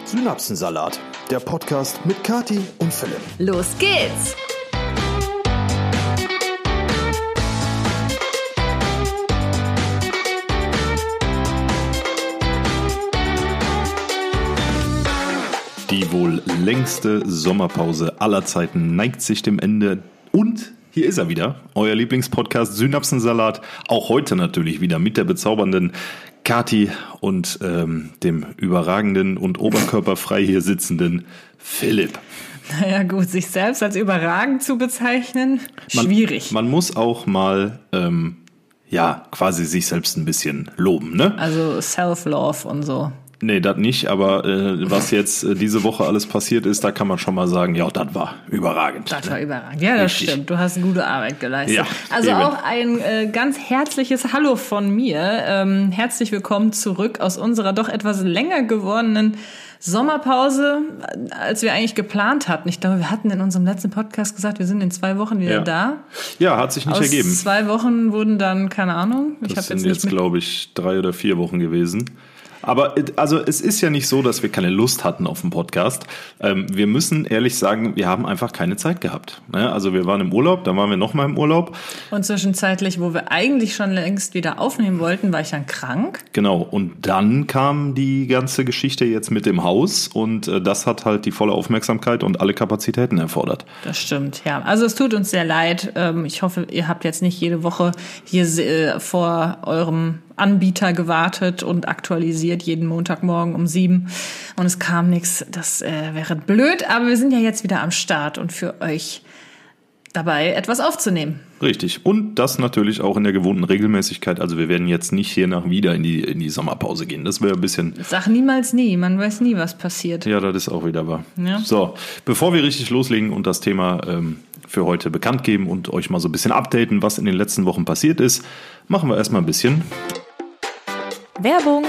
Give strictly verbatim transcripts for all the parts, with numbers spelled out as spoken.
Synapsensalat, der Podcast mit Kathi und Philipp. Los geht's! Die wohl längste Sommerpause aller Zeiten neigt sich dem Ende und hier ist er wieder, euer Lieblingspodcast Synapsensalat. Auch heute natürlich wieder mit der bezaubernden Kathi und ähm, dem überragenden und oberkörperfrei hier sitzenden Philipp. Naja gut, sich selbst als überragend zu bezeichnen, schwierig. Man, man muss auch mal, ähm, ja, quasi sich selbst ein bisschen loben, ne? Also Self-Love und so. Nee, das nicht, aber äh, was jetzt äh, diese Woche alles passiert ist, da kann man schon mal sagen, ja, das war überragend. Das war überragend, ja, das Richtig. Stimmt. Du hast gute Arbeit geleistet. Ja, also eben. Auch ein äh, ganz herzliches Hallo von mir. Ähm, herzlich willkommen zurück aus unserer doch etwas länger gewordenen Sommerpause, als wir eigentlich geplant hatten. Ich glaube, wir hatten in unserem letzten Podcast gesagt, wir sind in zwei Wochen wieder ja. da. Ja, hat sich nicht aus ergeben. Zwei Wochen wurden dann, keine Ahnung. Ich das hab sind jetzt, jetzt, glaube ich, drei oder vier Wochen gewesen. Aber also es ist ja nicht so, dass wir keine Lust hatten auf den Podcast. Ähm, wir müssen ehrlich sagen, wir haben einfach keine Zeit gehabt. Ne? Also wir waren im Urlaub, dann waren wir nochmal im Urlaub. Und zwischenzeitlich, wo wir eigentlich schon längst wieder aufnehmen wollten, war ich dann krank. Genau, und dann kam die ganze Geschichte jetzt mit dem Haus und äh, das hat halt die volle Aufmerksamkeit und alle Kapazitäten erfordert. Das stimmt, ja. Also es tut uns sehr leid. Ähm, ich hoffe, ihr habt jetzt nicht jede Woche hier äh, vor eurem Anbieter gewartet und aktualisiert jeden Montagmorgen um sieben und es kam nichts. Das äh, wäre blöd, aber wir sind ja jetzt wieder am Start und für euch dabei, etwas aufzunehmen. Richtig. Und das natürlich auch in der gewohnten Regelmäßigkeit. Also wir werden jetzt nicht hier nach wieder in die, in die Sommerpause gehen. Das wäre ein bisschen... Sag niemals nie. Man weiß nie, was passiert. Ja, das ist auch wieder wahr. Ja. So, bevor wir richtig loslegen und das Thema ähm, für heute bekannt geben und euch mal so ein bisschen updaten, was in den letzten Wochen passiert ist, machen wir erstmal ein bisschen... Werbung.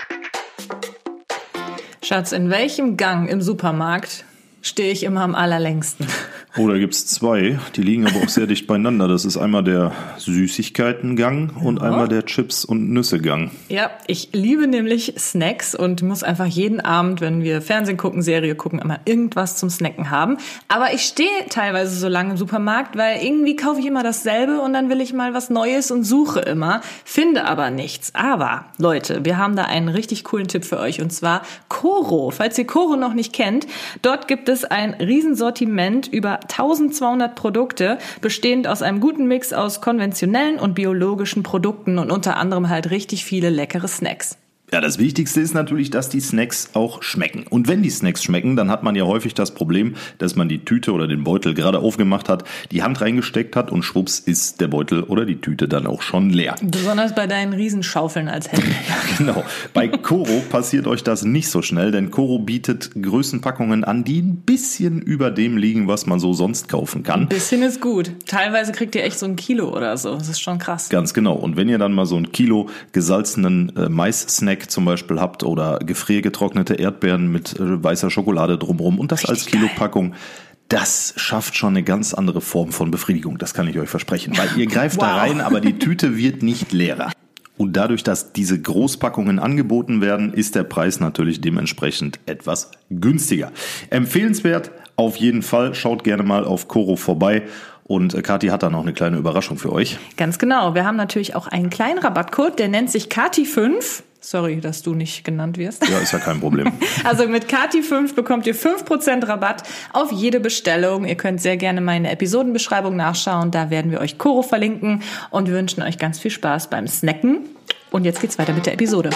Schatz, in welchem Gang im Supermarkt stehe ich immer am allerlängsten? Oh, da gibt's zwei, die liegen aber auch sehr dicht beieinander. Das ist einmal der Süßigkeitengang und ja. einmal der Chips- und Nüsse-Gang. Ja, ich liebe nämlich Snacks und muss einfach jeden Abend, wenn wir Fernsehen gucken, Serie gucken, immer irgendwas zum Snacken haben. Aber ich stehe teilweise so lange im Supermarkt, weil irgendwie kaufe ich immer dasselbe und dann will ich mal was Neues und suche immer, finde aber nichts. Aber Leute, wir haben da einen richtig coolen Tipp für euch und zwar Coro. Falls ihr Coro noch nicht kennt, dort gibt es ein Riesensortiment über eintausendzweihundert Produkte, bestehend aus einem guten Mix aus konventionellen und biologischen Produkten und unter anderem halt richtig viele leckere Snacks. Ja, das Wichtigste ist natürlich, dass die Snacks auch schmecken. Und wenn die Snacks schmecken, dann hat man ja häufig das Problem, dass man die Tüte oder den Beutel gerade aufgemacht hat, die Hand reingesteckt hat und schwupps ist der Beutel oder die Tüte dann auch schon leer. Besonders bei deinen Riesenschaufeln als Hände. Ja, genau. Bei Coro passiert euch das nicht so schnell, denn Coro bietet Größenpackungen an, die ein bisschen über dem liegen, was man so sonst kaufen kann. Ein bisschen ist gut. Teilweise kriegt ihr echt so ein Kilo oder so. Das ist schon krass. Ganz genau. Und wenn ihr dann mal so ein Kilo gesalzenen äh, Mais-Snack zum Beispiel habt oder gefriergetrocknete Erdbeeren mit äh, weißer Schokolade drumherum und das Richtig als Kilopackung, das schafft schon eine ganz andere Form von Befriedigung. Das kann ich euch versprechen. Weil ihr greift wow. da rein, aber die Tüte wird nicht leerer. Und dadurch, dass diese Großpackungen angeboten werden, ist der Preis natürlich dementsprechend etwas günstiger. Empfehlenswert auf jeden Fall. Schaut gerne mal auf Coro vorbei. Und Kathi hat da noch eine kleine Überraschung für euch. Ganz genau. Wir haben natürlich auch einen kleinen Rabattcode, der nennt sich Kathi fünf. Sorry, dass du nicht genannt wirst. Ja, ist ja kein Problem. Also mit Kathi fünf bekommt ihr fünf Prozent Rabatt auf jede Bestellung. Ihr könnt sehr gerne meine Episodenbeschreibung nachschauen. Da werden wir euch Coro verlinken und wir wünschen euch ganz viel Spaß beim Snacken. Und jetzt geht's weiter mit der Episode.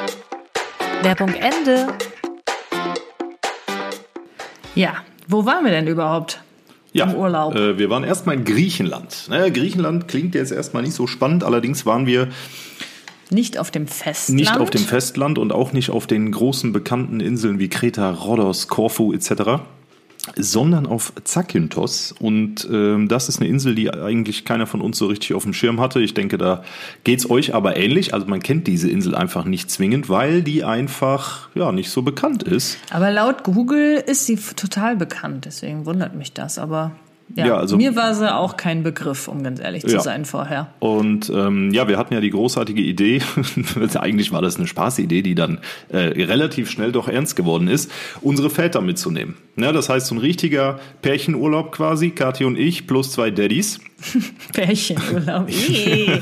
Werbung Ende. Ja, wo waren wir denn überhaupt? Ja, im Urlaub. Äh, wir waren erstmal in Griechenland. Naja, Griechenland klingt jetzt erstmal nicht so spannend, allerdings waren wir nicht auf dem Festland. Nicht auf dem Festland und auch nicht auf den großen bekannten Inseln wie Kreta, Rhodos, Korfu et cetera, sondern auf Zakynthos. Und ähm, das ist eine Insel, die eigentlich keiner von uns so richtig auf dem Schirm hatte. Ich denke, da geht's euch aber ähnlich. Also man kennt diese Insel einfach nicht zwingend, weil die einfach ja nicht so bekannt ist. Aber laut Google ist sie total bekannt, deswegen wundert mich das. Aber Ja, Ja, also mir war sie auch kein Begriff, um ganz ehrlich zu Ja. sein vorher. Und ähm, ja, wir hatten ja die großartige Idee, eigentlich war das eine Spaßidee, die dann äh, relativ schnell doch ernst geworden ist, unsere Väter mitzunehmen. Ja, das heißt, so ein richtiger Pärchenurlaub quasi, Kathi und ich plus zwei Daddys. Pärchenurlaub. Ih.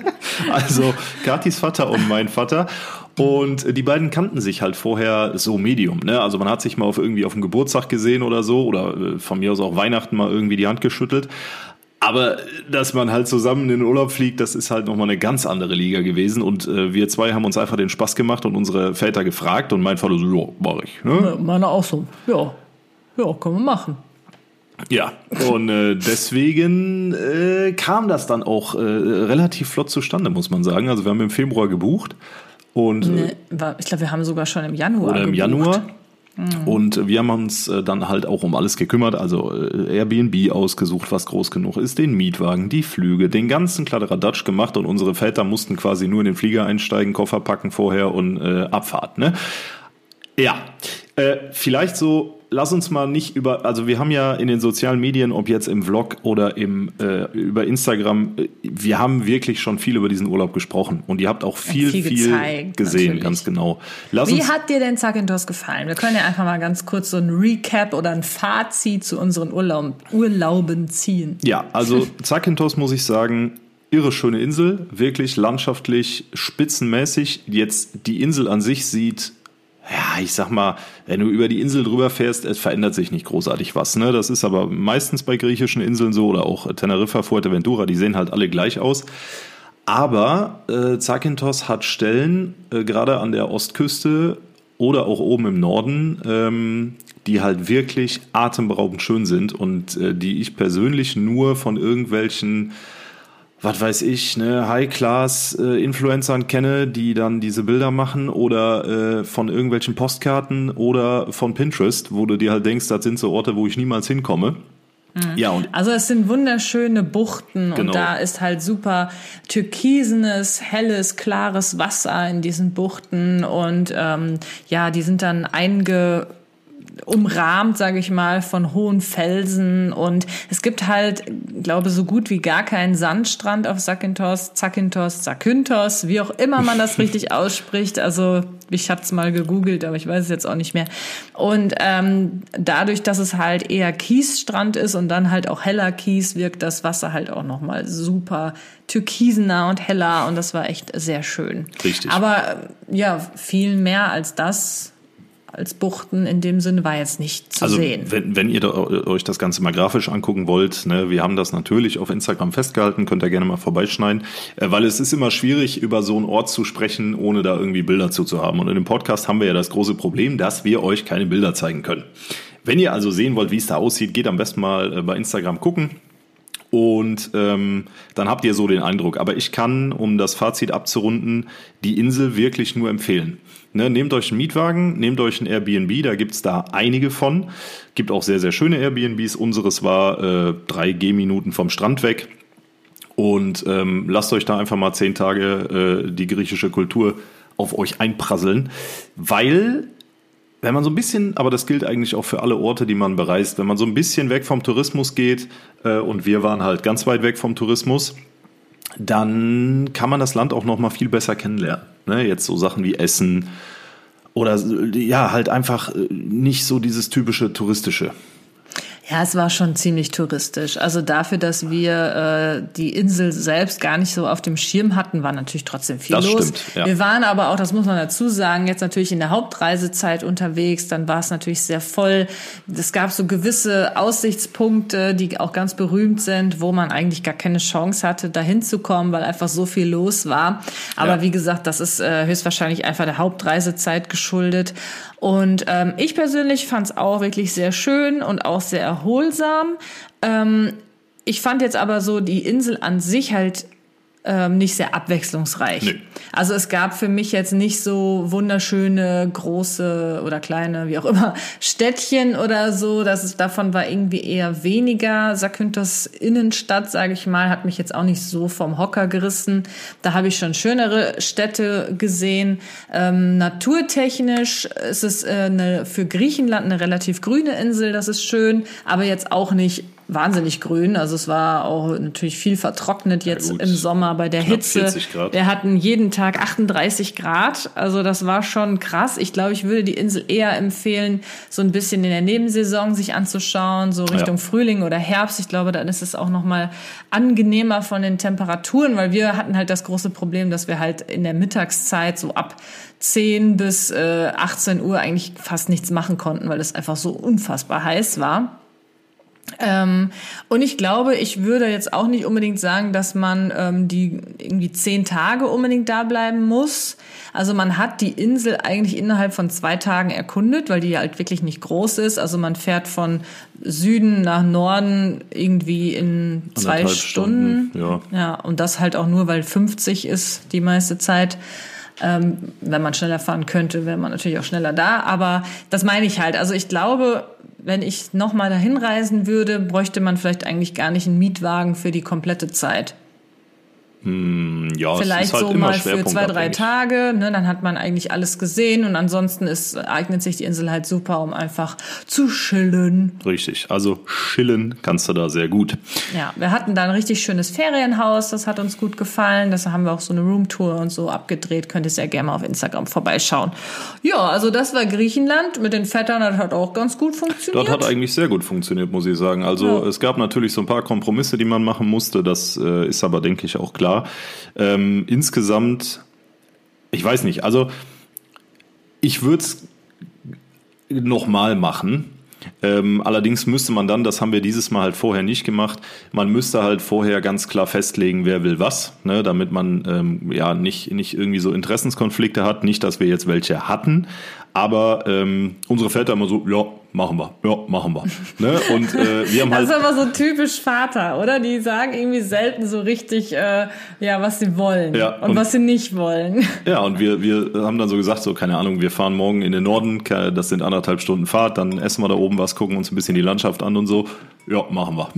Also Kathis Vater und mein Vater. Und die beiden kannten sich halt vorher so medium. Ne? Also man hat sich mal auf irgendwie auf dem Geburtstag gesehen oder so oder äh, von mir aus auch Weihnachten mal irgendwie die Hand geschüttelt. Aber dass man halt zusammen in den Urlaub fliegt, das ist halt nochmal eine ganz andere Liga gewesen. Und äh, wir zwei haben uns einfach den Spaß gemacht und unsere Väter gefragt. Und mein Vater so, ja, mach ich. Ne? Meine auch so. Ja, ja, können wir machen. Ja, und äh, deswegen äh, kam das dann auch äh, relativ flott zustande, muss man sagen. Also wir haben im Februar gebucht. Und, äh, Nee, war, ich glaube, wir haben sogar schon im Januar oder im gebucht. Januar. Und wir haben uns äh, dann halt auch um alles gekümmert, also äh, Airbnb ausgesucht, was groß genug ist, den Mietwagen, die Flüge, den ganzen Kladderadatsch gemacht und unsere Väter mussten quasi nur in den Flieger einsteigen, Koffer packen vorher und äh, Abfahrt. Ne? Ja, äh, vielleicht so, lass uns mal nicht über, also wir haben ja in den sozialen Medien, ob jetzt im Vlog oder im äh, über Instagram, äh, wir haben wirklich schon viel über diesen Urlaub gesprochen und ihr habt auch viel, viel viel gezeigt, gesehen, natürlich. ganz genau. Lass Wie uns, hat dir denn Zakynthos gefallen? Wir können ja einfach mal ganz kurz so ein Recap oder ein Fazit zu unseren Urlaub, Urlauben ziehen. Ja, also Zakynthos muss ich sagen, irre schöne Insel, wirklich landschaftlich, spitzenmäßig. Jetzt die Insel an sich sieht, ja, ich sag mal, wenn du über die Insel drüber fährst, es verändert sich nicht großartig was. Ne? Das ist aber meistens bei griechischen Inseln so oder auch Teneriffa, Fuerteventura, die sehen halt alle gleich aus. Aber äh, Zakynthos hat Stellen, äh, gerade an der Ostküste oder auch oben im Norden, ähm, die halt wirklich atemberaubend schön sind und äh, die ich persönlich nur von irgendwelchen, was weiß ich, ne, High-Class-Influencern kenne, die dann diese Bilder machen oder äh, von irgendwelchen Postkarten oder von Pinterest, wo du dir halt denkst, das sind so Orte, wo ich niemals hinkomme. Mhm. Ja, und Also es sind wunderschöne Buchten Genau. und da ist halt super türkisenes, helles, klares Wasser in diesen Buchten und ähm, ja, die sind dann einge umrahmt, sage ich mal, von hohen Felsen und es gibt halt, glaube so gut wie gar keinen Sandstrand auf Zakynthos, Zakynthos, Zakynthos, wie auch immer man das richtig ausspricht. Also ich habe es mal gegoogelt, aber ich weiß es jetzt auch nicht mehr. Und ähm, dadurch, dass es halt eher Kiesstrand ist und dann halt auch heller Kies, wirkt das Wasser halt auch nochmal super türkisener und heller und das war echt sehr schön. Richtig. Aber ja, viel mehr als das als Buchten in dem Sinne war jetzt nicht zu also sehen. wenn, wenn ihr da, euch das Ganze mal grafisch angucken wollt, ne, wir haben das natürlich auf Instagram festgehalten, könnt ihr gerne mal vorbeischneiden, äh, weil es ist immer schwierig, über so einen Ort zu sprechen, ohne da irgendwie Bilder zu, zu haben. Und in dem Podcast haben wir ja das große Problem, dass wir euch keine Bilder zeigen können. Wenn ihr also sehen wollt, wie es da aussieht, geht am besten mal äh, bei Instagram gucken. Und ähm, dann habt ihr so den Eindruck. Aber ich kann, um das Fazit abzurunden, die Insel wirklich nur empfehlen. Ne, nehmt euch einen Mietwagen, nehmt euch ein Airbnb, da gibt's da einige von. Gibt auch sehr, sehr schöne Airbnbs. Unseres war äh, drei Gehminuten vom Strand weg. Und ähm, lasst euch da einfach mal zehn Tage äh, die griechische Kultur auf euch einprasseln. Weil, wenn man so ein bisschen, aber das gilt eigentlich auch für alle Orte, die man bereist, wenn man so ein bisschen weg vom Tourismus geht, äh, und wir waren halt ganz weit weg vom Tourismus, dann kann man das Land auch noch mal viel besser kennenlernen. Ne? Jetzt so Sachen wie Essen oder ja, halt einfach nicht so dieses typische Touristische. Ja, es war schon ziemlich touristisch. Also dafür, dass wir äh, die Insel selbst gar nicht so auf dem Schirm hatten, war natürlich trotzdem viel Das los. stimmt, ja. Wir waren aber auch, das muss man dazu sagen, jetzt natürlich in der Hauptreisezeit unterwegs. Dann war es natürlich sehr voll. Es gab so gewisse Aussichtspunkte, die auch ganz berühmt sind, wo man eigentlich gar keine Chance hatte, da hinzukommen, weil einfach so viel los war. Aber Ja. wie gesagt, das ist äh, höchstwahrscheinlich einfach der Hauptreisezeit geschuldet. Und ähm, ich persönlich fand es auch wirklich sehr schön und auch sehr erholsam. Ähm, ich fand jetzt aber so die Insel an sich halt ähm, nicht sehr abwechslungsreich. Nee. Also es gab für mich jetzt nicht so wunderschöne, große oder kleine, wie auch immer, Städtchen oder so. Das ist, davon war irgendwie eher weniger. Zakynthos Innenstadt, sage ich mal, hat mich jetzt auch nicht so vom Hocker gerissen. Da habe ich schon schönere Städte gesehen. Ähm, naturtechnisch ist es äh, eine, für Griechenland eine relativ grüne Insel, das ist schön, aber jetzt auch nicht wahnsinnig grün. Also es war auch natürlich viel vertrocknet jetzt im Sommer bei der Knapp Hitze. vierzig Grad. Wir hatten jeden Tag achtunddreißig Grad. Also das war schon krass. Ich glaube, ich würde die Insel eher empfehlen, so ein bisschen in der Nebensaison sich anzuschauen, so Richtung ja. Frühling oder Herbst. Ich glaube, dann ist es auch noch mal angenehmer von den Temperaturen, weil wir hatten halt das große Problem, dass wir halt in der Mittagszeit so ab zehn bis achtzehn Uhr eigentlich fast nichts machen konnten, weil es einfach so unfassbar heiß war. Ähm, und ich glaube, ich würde jetzt auch nicht unbedingt sagen, dass man ähm, die irgendwie zehn Tage unbedingt da bleiben muss. Also man hat die Insel eigentlich innerhalb von zwei Tagen erkundet, weil die halt wirklich nicht groß ist. Also man fährt von Süden nach Norden irgendwie in zwei Stunden. Stunden. Ja. Ja, und das halt auch nur, weil fünfzig ist die meiste Zeit. Ähm, wenn man schneller fahren könnte, wäre man natürlich auch schneller da. Aber das meine ich halt. Also ich glaube, wenn ich nochmal dahin reisen würde, bräuchte man vielleicht eigentlich gar nicht einen Mietwagen für die komplette Zeit. Hm, ja, vielleicht es ist halt so immer mal für zwei, drei schwerpunktabhängig. Tage, ne, dann hat man eigentlich alles gesehen und ansonsten ist, eignet sich die Insel halt super, um einfach zu chillen. Richtig, also chillen kannst du da sehr gut. Ja, wir hatten da ein richtig schönes Ferienhaus, das hat uns gut gefallen, das haben wir auch so eine Roomtour und so abgedreht, könnt ihr sehr gerne mal auf Instagram vorbeischauen. Ja, also das war Griechenland, mit den Vettern, das hat auch ganz gut funktioniert. Dort hat eigentlich sehr gut funktioniert, muss ich sagen. Also ja. Es gab natürlich so ein paar Kompromisse, die man machen musste, das äh, ist aber, denke ich, auch klar. Ähm, insgesamt, ich weiß nicht, also ich würde es nochmal machen. Ähm, allerdings müsste man dann, das haben wir dieses Mal halt vorher nicht gemacht, man müsste halt vorher ganz klar festlegen, wer will was, ne, damit man ähm, ja nicht, nicht irgendwie so Interessenskonflikte hat. Nicht, dass wir jetzt welche hatten, aber ähm, unsere Väter immer so, ja, machen wir, ja, machen wir. Ne? Und äh, wir haben halt. Das ist aber so typisch Vater, oder? Die sagen irgendwie selten so richtig, äh, ja, was sie wollen ja, und, und was sie nicht wollen. Ja, und wir, wir haben dann so gesagt, so, keine Ahnung, wir fahren morgen in den Norden, das sind anderthalb Stunden Fahrt, dann essen wir da oben was, gucken uns ein bisschen die Landschaft an und so. Ja, machen wir.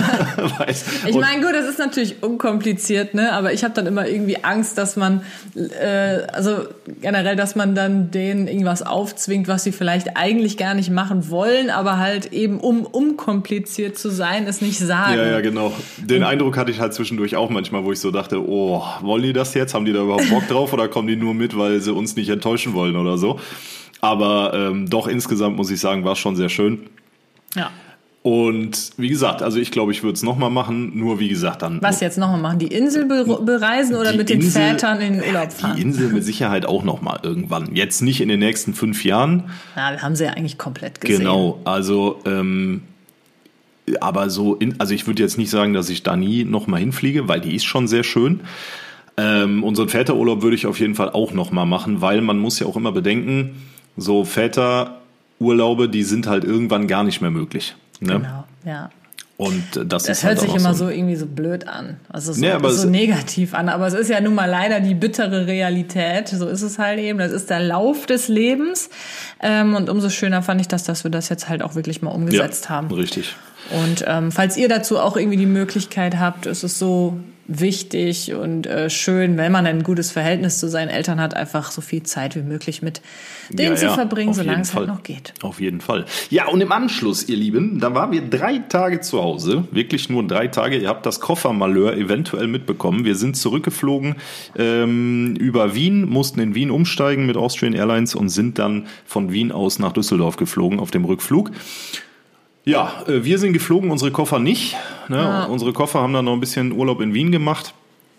Ich meine, gut, das ist natürlich unkompliziert, ne? Aber ich habe dann immer irgendwie Angst, dass man, äh, also generell, dass man dann denen irgendwas aufzwingt, was sie vielleicht eigentlich gar nicht machen wollen, aber halt eben, um unkompliziert zu sein, es nicht sagen. Ja, ja, genau. Den und Eindruck hatte ich halt zwischendurch auch manchmal, wo ich so dachte, oh, wollen die das jetzt? Haben die da überhaupt Bock drauf oder kommen die nur mit, weil sie uns nicht enttäuschen wollen oder so? Aber ähm, doch insgesamt, muss ich sagen, war es schon sehr schön. Ja. Und wie gesagt, also ich glaube, ich würde es nochmal machen, nur wie gesagt dann... Was jetzt nochmal machen? Die Insel bereisen oder mit den Insel, Vätern in den Urlaub fahren? Die Insel mit Sicherheit auch nochmal irgendwann. Jetzt nicht in den nächsten fünf Jahren. Ja, wir haben sie ja eigentlich komplett gesehen. Genau, also... Ähm, aber so, in, also ich würde jetzt nicht sagen, dass ich da nie nochmal hinfliege, weil die ist schon sehr schön. Ähm, unseren Väterurlaub würde ich auf jeden Fall auch nochmal machen, weil man muss ja auch immer bedenken, so Väterurlaube, die sind halt irgendwann gar nicht mehr möglich. Ne? Genau, ja. Und das, das ist hört halt sich auch immer so, so irgendwie so blöd an. Also so, nee, aber so es, negativ an. Aber es ist ja nun mal leider die bittere Realität. So ist es halt eben. Das ist der Lauf des Lebens. Ähm, und umso schöner fand ich das, dass wir das jetzt halt auch wirklich mal umgesetzt ja, haben. Richtig. Und ähm, falls ihr dazu auch irgendwie die Möglichkeit habt, ist es so wichtig und äh, schön, wenn man ein gutes Verhältnis zu seinen Eltern hat, einfach so viel Zeit wie möglich mit denen ja, zu ja, verbringen, solange es Fall. halt noch geht. Auf jeden Fall. Ja, und im Anschluss, ihr Lieben, da waren wir drei Tage zu Hause, wirklich nur drei Tage. Ihr habt das Koffermalheur eventuell mitbekommen. Wir sind zurückgeflogen ähm, über Wien, mussten in Wien umsteigen mit Austrian Airlines und sind dann von Wien aus nach Düsseldorf geflogen auf dem Rückflug. Ja, wir sind geflogen, unsere Koffer nicht. Ne? Ah. Unsere Koffer haben dann noch ein bisschen Urlaub in Wien gemacht.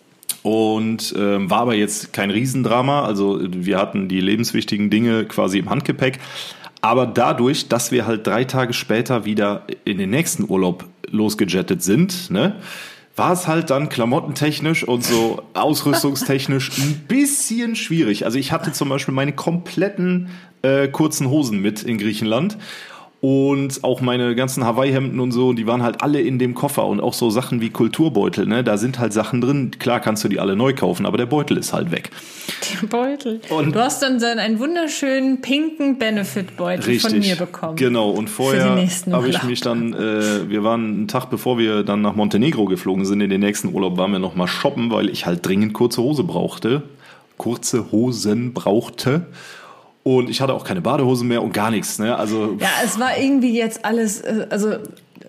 Und ähm, war aber jetzt kein Riesendrama. Also wir hatten die lebenswichtigen Dinge quasi im Handgepäck. Aber dadurch, dass wir halt drei Tage später wieder in den nächsten Urlaub losgejettet sind, ne, war es halt dann klamottentechnisch und so ausrüstungstechnisch ein bisschen schwierig. Also ich hatte zum Beispiel meine kompletten äh, kurzen Hosen mit in Griechenland. Und auch meine ganzen Hawaii-Hemden und so, die waren halt alle in dem Koffer. Und auch so Sachen wie Kulturbeutel, ne? Da sind halt Sachen drin. Klar kannst du die alle neu kaufen, aber der Beutel ist halt weg. Der Beutel. Und du hast dann einen wunderschönen pinken Benefit-Beutel von mir bekommen. Genau. Und vorher habe ich mich dann, äh, wir waren einen Tag bevor wir dann nach Montenegro geflogen sind, in den nächsten Urlaub waren wir nochmal shoppen, weil ich halt dringend kurze Hose brauchte. Kurze Hosen brauchte. Und ich hatte auch keine Badehose mehr und gar nichts, ne? Also ja, es war irgendwie jetzt alles, also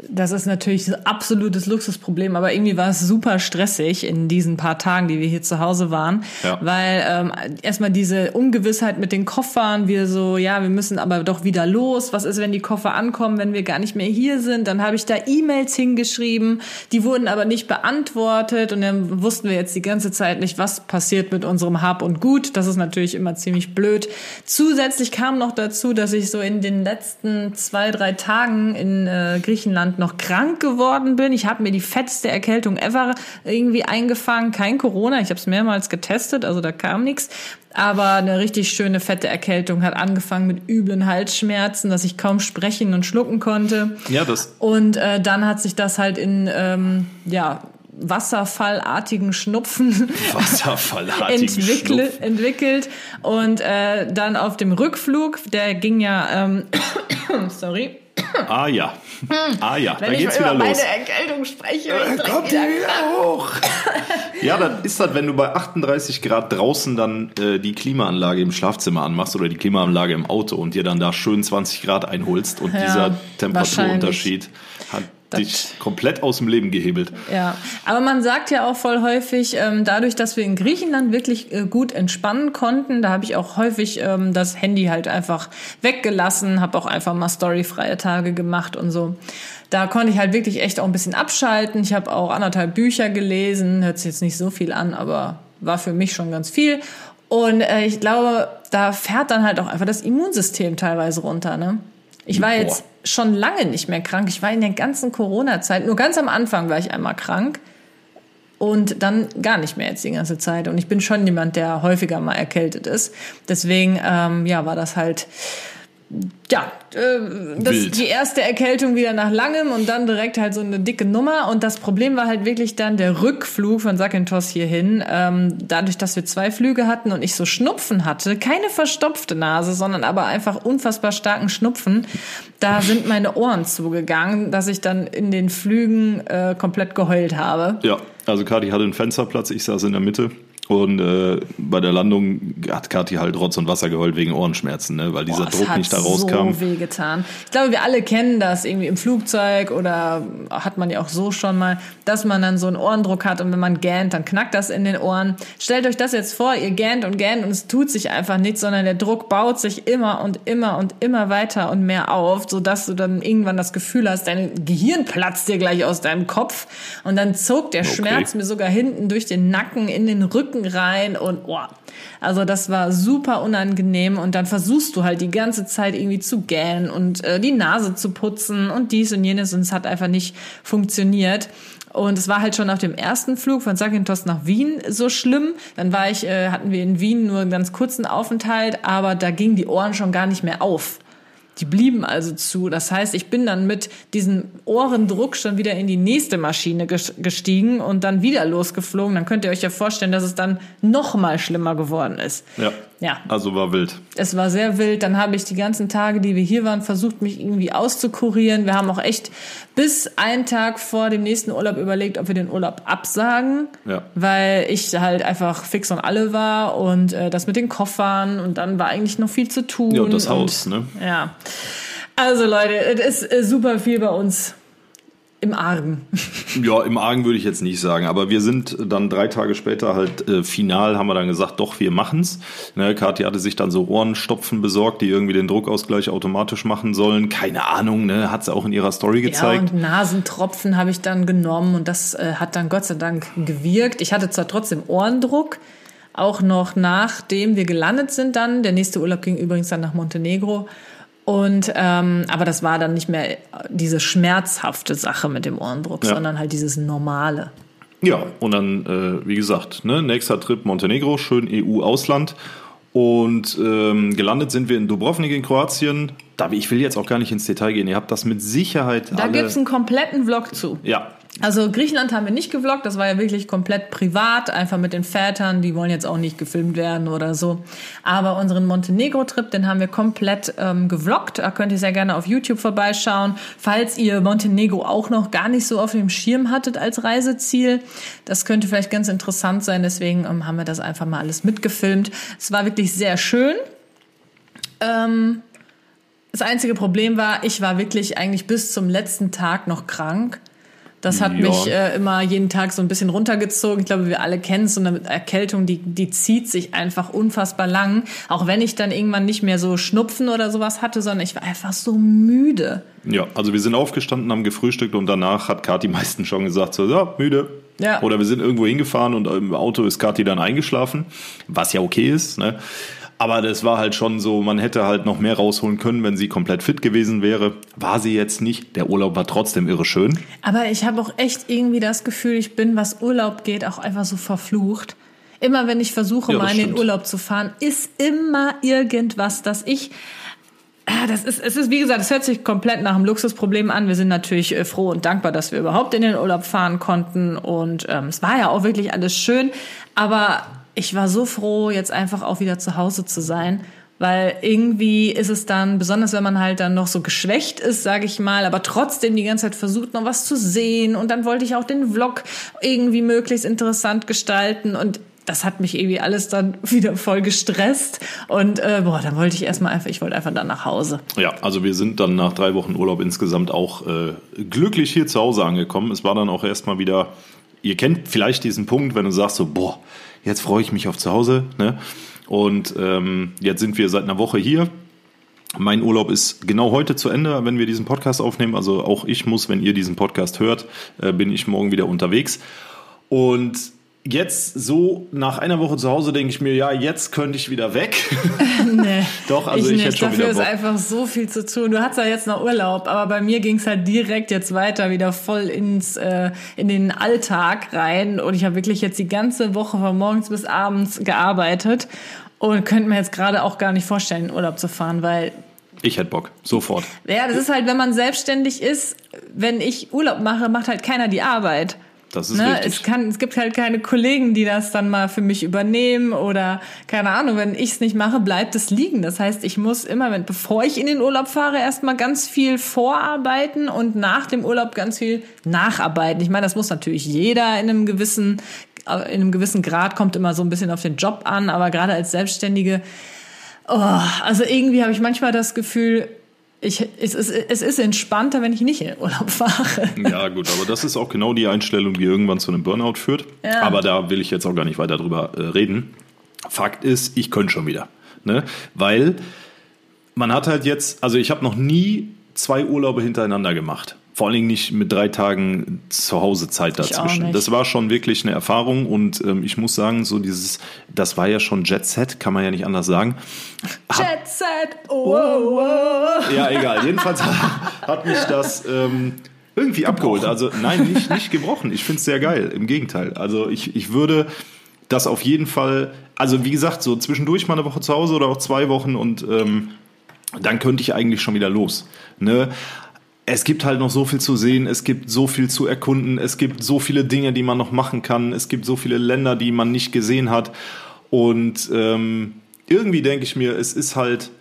Das ist natürlich ein absolutes Luxusproblem, aber irgendwie war es super stressig in diesen paar Tagen, die wir hier zu Hause waren, ja. weil ähm, erstmal diese Ungewissheit mit den Koffern, wir so, ja, wir müssen aber doch wieder los, was ist, wenn die Koffer ankommen, wenn wir gar nicht mehr hier sind, dann habe ich da E-Mails hingeschrieben, die wurden aber nicht beantwortet und dann wussten wir jetzt die ganze Zeit nicht, was passiert mit unserem Hab und Gut, das ist natürlich immer ziemlich blöd. Zusätzlich kam noch dazu, dass ich so in den letzten zwei, drei Tagen in äh, Griechenland noch krank geworden bin. Ich habe mir die fetteste Erkältung ever irgendwie eingefangen. Kein Corona, ich habe es mehrmals getestet, also da kam nichts. Aber eine richtig schöne fette Erkältung hat angefangen mit üblen Halsschmerzen, dass ich kaum sprechen und schlucken konnte. Ja, das. Und äh, dann hat sich das halt in ähm, ja wasserfallartigen Schnupfen Wasserfallartigen entwickle, Schnupfen. entwickelt. Und äh, dann auf dem Rückflug, der ging ja, ähm, sorry. Ah ja, ah ja, wenn da geht's wieder los. Wenn ich über meine Erkältung spreche, äh, kommt wieder hoch. Ja, dann ist das, wenn du bei achtunddreißig Grad draußen dann äh, die Klimaanlage im Schlafzimmer anmachst oder die Klimaanlage im Auto und dir dann da schön zwanzig Grad einholst und ja, dieser Temperaturunterschied hat dich komplett aus dem Leben gehebelt. Ja, aber man sagt ja auch voll häufig, ähm, dadurch, dass wir in Griechenland wirklich äh, gut entspannen konnten, da habe ich auch häufig ähm, das Handy halt einfach weggelassen, habe auch einfach mal storyfreie Tage gemacht und so. Da konnte ich halt wirklich echt auch ein bisschen abschalten. Ich habe auch anderthalb Bücher gelesen, hört sich jetzt nicht so viel an, aber war für mich schon ganz viel. Und äh, ich glaube, da fährt dann halt auch einfach das Immunsystem teilweise runter, ne? Ich war jetzt Boah. schon lange nicht mehr krank. Ich war in der ganzen Corona-Zeit, nur ganz am Anfang war ich einmal krank und dann gar nicht mehr jetzt die ganze Zeit. Und ich bin schon jemand, der häufiger mal erkältet ist. Deswegen, ähm, ja, war das halt, ja, äh, das, die erste Erkältung wieder nach langem und dann direkt halt so eine dicke Nummer. Und das Problem war halt wirklich dann der Rückflug von Zakynthos hierhin. Ähm, dadurch, dass wir zwei Flüge hatten und ich so Schnupfen hatte, keine verstopfte Nase, sondern aber einfach unfassbar starken Schnupfen, da sind meine Ohren zugegangen, dass ich dann in den Flügen äh, komplett geheult habe. Ja, also Kathi hatte einen Fensterplatz, ich saß in der Mitte. Und äh, bei der Landung hat Kathi halt Rotz und Wasser geheult wegen Ohrenschmerzen, ne? Weil dieser Boah, Druck nicht da rauskam. Das hat so wehgetan. Ich glaube, wir alle kennen das irgendwie im Flugzeug oder hat man ja auch so schon mal, dass man dann so einen Ohrendruck hat und wenn man gähnt, dann knackt das in den Ohren. Stellt euch das jetzt vor, ihr gähnt und gähnt und es tut sich einfach nichts, sondern der Druck baut sich immer und immer und immer weiter und mehr auf, sodass du dann irgendwann das Gefühl hast, dein Gehirn platzt dir gleich aus deinem Kopf und dann zog der okay. Schmerz mir sogar hinten durch den Nacken in den Rücken rein und oh, also das war super unangenehm und dann versuchst du halt die ganze Zeit irgendwie zu gähnen und äh, die Nase zu putzen und dies und jenes und es hat einfach nicht funktioniert. Und es war halt schon auf dem ersten Flug von Zakynthos nach Wien so schlimm. Dann war ich, äh, hatten wir in Wien nur einen ganz kurzen Aufenthalt, aber da gingen die Ohren schon gar nicht mehr auf. Die blieben also zu. Das heißt, ich bin dann mit diesem Ohrendruck schon wieder in die nächste Maschine gestiegen und dann wieder losgeflogen. Dann könnt ihr euch ja vorstellen, dass es dann noch mal schlimmer geworden ist. Ja, ja. Also war wild. Es war sehr wild. Dann habe ich die ganzen Tage, die wir hier waren, versucht, mich irgendwie auszukurieren. Wir haben auch echt bis einen Tag vor dem nächsten Urlaub überlegt, ob wir den Urlaub absagen. Ja. Weil ich halt einfach fix und alle war und äh, das mit den Koffern und dann war eigentlich noch viel zu tun. Ja, und das Haus, und, ne? Ja. Also Leute, es ist super viel bei uns im Argen. Ja, im Argen würde ich jetzt nicht sagen, aber wir sind dann drei Tage später halt äh, final, haben wir dann gesagt, doch, wir machen's. Ne, Kathi hatte sich dann so Ohrenstopfen besorgt, die irgendwie den Druckausgleich automatisch machen sollen. Keine Ahnung, ne, hat sie auch in ihrer Story gezeigt. Ja, und Nasentropfen habe ich dann genommen und das äh, hat dann Gott sei Dank gewirkt. Ich hatte zwar trotzdem Ohrendruck, auch noch nachdem wir gelandet sind dann. Der nächste Urlaub ging übrigens dann nach Montenegro. Und ähm, aber das war dann nicht mehr diese schmerzhafte Sache mit dem Ohrendruck, ja. sondern halt dieses Normale. Ja, und dann, äh, wie gesagt, ne, nächster Trip Montenegro, schön E U-Ausland. Und ähm, gelandet sind wir in Dubrovnik in Kroatien. Da, ich will jetzt auch gar nicht ins Detail gehen, ihr habt das mit Sicherheit Da alle... gibt's einen kompletten Vlog zu. Ja. Also Griechenland haben wir nicht gevloggt, das war ja wirklich komplett privat, einfach mit den Vätern, die wollen jetzt auch nicht gefilmt werden oder so. Aber unseren Montenegro-Trip, den haben wir komplett ähm, gevloggt, da könnt ihr sehr gerne auf YouTube vorbeischauen, falls ihr Montenegro auch noch gar nicht so auf dem Schirm hattet als Reiseziel. Das könnte vielleicht ganz interessant sein, deswegen ähm, haben wir das einfach mal alles mitgefilmt. Es war wirklich sehr schön. Ähm... Das einzige Problem war, ich war wirklich eigentlich bis zum letzten Tag noch krank. Das hat ja. mich äh, immer jeden Tag so ein bisschen runtergezogen. Ich glaube, wir alle kennen es, so eine Erkältung, die, die zieht sich einfach unfassbar lang. Auch wenn ich dann irgendwann nicht mehr so Schnupfen oder sowas hatte, sondern ich war einfach so müde. Ja, also wir sind aufgestanden, haben gefrühstückt und danach hat Kathi meistens schon gesagt, so, ja, müde. Ja. Oder wir sind irgendwo hingefahren und im Auto ist Kathi dann eingeschlafen, was ja okay ist, ne? Aber das war halt schon so, man hätte halt noch mehr rausholen können, wenn sie komplett fit gewesen wäre. War sie jetzt nicht. Der Urlaub war trotzdem irre schön. Aber ich habe auch echt irgendwie das Gefühl, ich bin, was Urlaub geht, auch einfach so verflucht. Immer wenn ich versuche, Ja, mal in den stimmt. Urlaub zu fahren, ist immer irgendwas, dass ich... Das ist, es ist, wie gesagt, es hört sich komplett nach einem Luxusproblem an. Wir sind natürlich äh, froh und dankbar, dass wir überhaupt in den Urlaub fahren konnten. Und ähm, es war ja auch wirklich alles schön. Aber ich war so froh, jetzt einfach auch wieder zu Hause zu sein. Weil irgendwie ist es dann, besonders wenn man halt dann noch so geschwächt ist, sage ich mal, aber trotzdem die ganze Zeit versucht, noch was zu sehen. Und dann wollte ich auch den Vlog irgendwie möglichst interessant gestalten. Und das hat mich irgendwie alles dann wieder voll gestresst. Und äh, boah, dann wollte ich erstmal einfach, ich wollte einfach dann nach Hause. Ja, also wir sind dann nach drei Wochen Urlaub insgesamt auch äh, glücklich hier zu Hause angekommen. Es war dann auch erstmal wieder, ihr kennt vielleicht diesen Punkt, wenn du sagst so, boah, jetzt freue ich mich auf zu Hause, ne? Und ähm, jetzt sind wir seit einer Woche hier. Mein Urlaub ist genau heute zu Ende, wenn wir diesen Podcast aufnehmen. Also auch ich muss, wenn ihr diesen Podcast hört, äh, bin ich morgen wieder unterwegs. Und jetzt so nach einer Woche zu Hause denke ich mir, ja, jetzt könnte ich wieder weg. Nee, Doch, also ich, ich hätte schon dafür wieder ist Bock. einfach so viel zu tun. Du hattest ja jetzt noch Urlaub, aber bei mir ging es halt direkt jetzt weiter wieder voll ins äh, in den Alltag rein. Und ich habe wirklich jetzt die ganze Woche von morgens bis abends gearbeitet und könnte mir jetzt gerade auch gar nicht vorstellen, in den Urlaub zu fahren, weil Ich hätte Bock, sofort. ja, das ist halt, wenn man selbstständig ist, wenn ich Urlaub mache, macht halt keiner die Arbeit. Das ist Ne? richtig. Es kann, es gibt halt keine Kollegen, die das dann mal für mich übernehmen oder keine Ahnung, wenn ich es nicht mache, bleibt es liegen. Das heißt, ich muss immer, wenn, bevor ich in den Urlaub fahre, erstmal ganz viel vorarbeiten und nach dem Urlaub ganz viel nacharbeiten. Ich meine, das muss natürlich jeder in einem gewissen, in einem gewissen Grad, kommt immer so ein bisschen auf den Job an, aber gerade als Selbstständige, oh, also irgendwie habe ich manchmal das Gefühl, Ich, es, ist, es ist entspannter, wenn ich nicht in den Urlaub fahre. Ja gut, aber das ist auch genau die Einstellung, die irgendwann zu einem Burnout führt. Ja. Aber da will ich jetzt auch gar nicht weiter drüber äh, reden. Fakt ist, ich könnte schon wieder. Ne? Weil man hat halt jetzt, also ich habe noch nie zwei Urlaube hintereinander gemacht. Vor allen Dingen nicht mit drei Tagen Zuhausezeit Ich auch dazwischen. nicht. Das war schon wirklich eine Erfahrung und ähm, ich muss sagen, so dieses, das war ja schon Jet Set, kann man ja nicht anders sagen. Jet Set, oh, oh, oh. Ja, egal. Jedenfalls hat mich das ähm, irgendwie abgeholt. Also nein, nicht, nicht gebrochen. Ich finde es sehr geil. Im Gegenteil. Also ich, ich würde das auf jeden Fall, also wie gesagt, so zwischendurch mal eine Woche zu Hause oder auch zwei Wochen und ähm, dann könnte ich eigentlich schon wieder los. Ne? Es gibt halt noch so viel zu sehen, es gibt so viel zu erkunden, es gibt so viele Dinge, die man noch machen kann, es gibt so viele Länder, die man nicht gesehen hat und ähm, irgendwie denke ich mir, es ist halt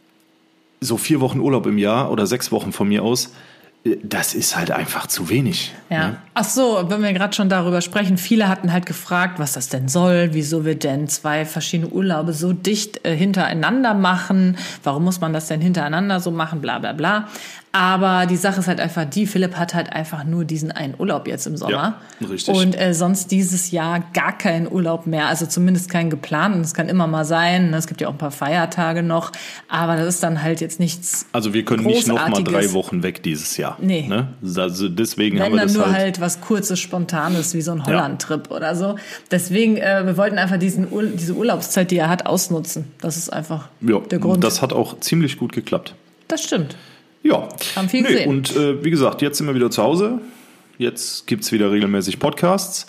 so vier Wochen Urlaub im Jahr oder sechs Wochen von mir aus, das ist halt einfach zu wenig. Ja. Ne? Ach so, wenn wir gerade schon darüber sprechen, viele hatten halt gefragt, was das denn soll, wieso wir denn zwei verschiedene Urlaube so dicht äh, hintereinander machen, warum muss man das denn hintereinander so machen, bla bla bla. Aber die Sache ist halt einfach die, Philipp hat halt einfach nur diesen einen Urlaub jetzt im Sommer. Ja, richtig. Und äh, sonst dieses Jahr gar keinen Urlaub mehr, also zumindest keinen geplanten. Es kann immer mal sein, es gibt ja auch ein paar Feiertage noch, aber das ist dann halt jetzt nichts Also wir können nicht noch mal Großartiges. drei Wochen weg dieses Jahr. Nee. Ne? Also deswegen Wenn haben wir dann das nur halt, halt was Kurzes, Spontanes, wie so ein Holland-Trip oder so. Deswegen, äh, wir wollten einfach diesen Ur- diese Urlaubszeit, die er hat, ausnutzen. Das ist einfach ja, der Grund. das hat auch ziemlich gut geklappt. Das stimmt. Ja, Haben viel gesehen. Und äh, wie gesagt, jetzt sind wir wieder zu Hause. Jetzt gibt's wieder regelmäßig Podcasts.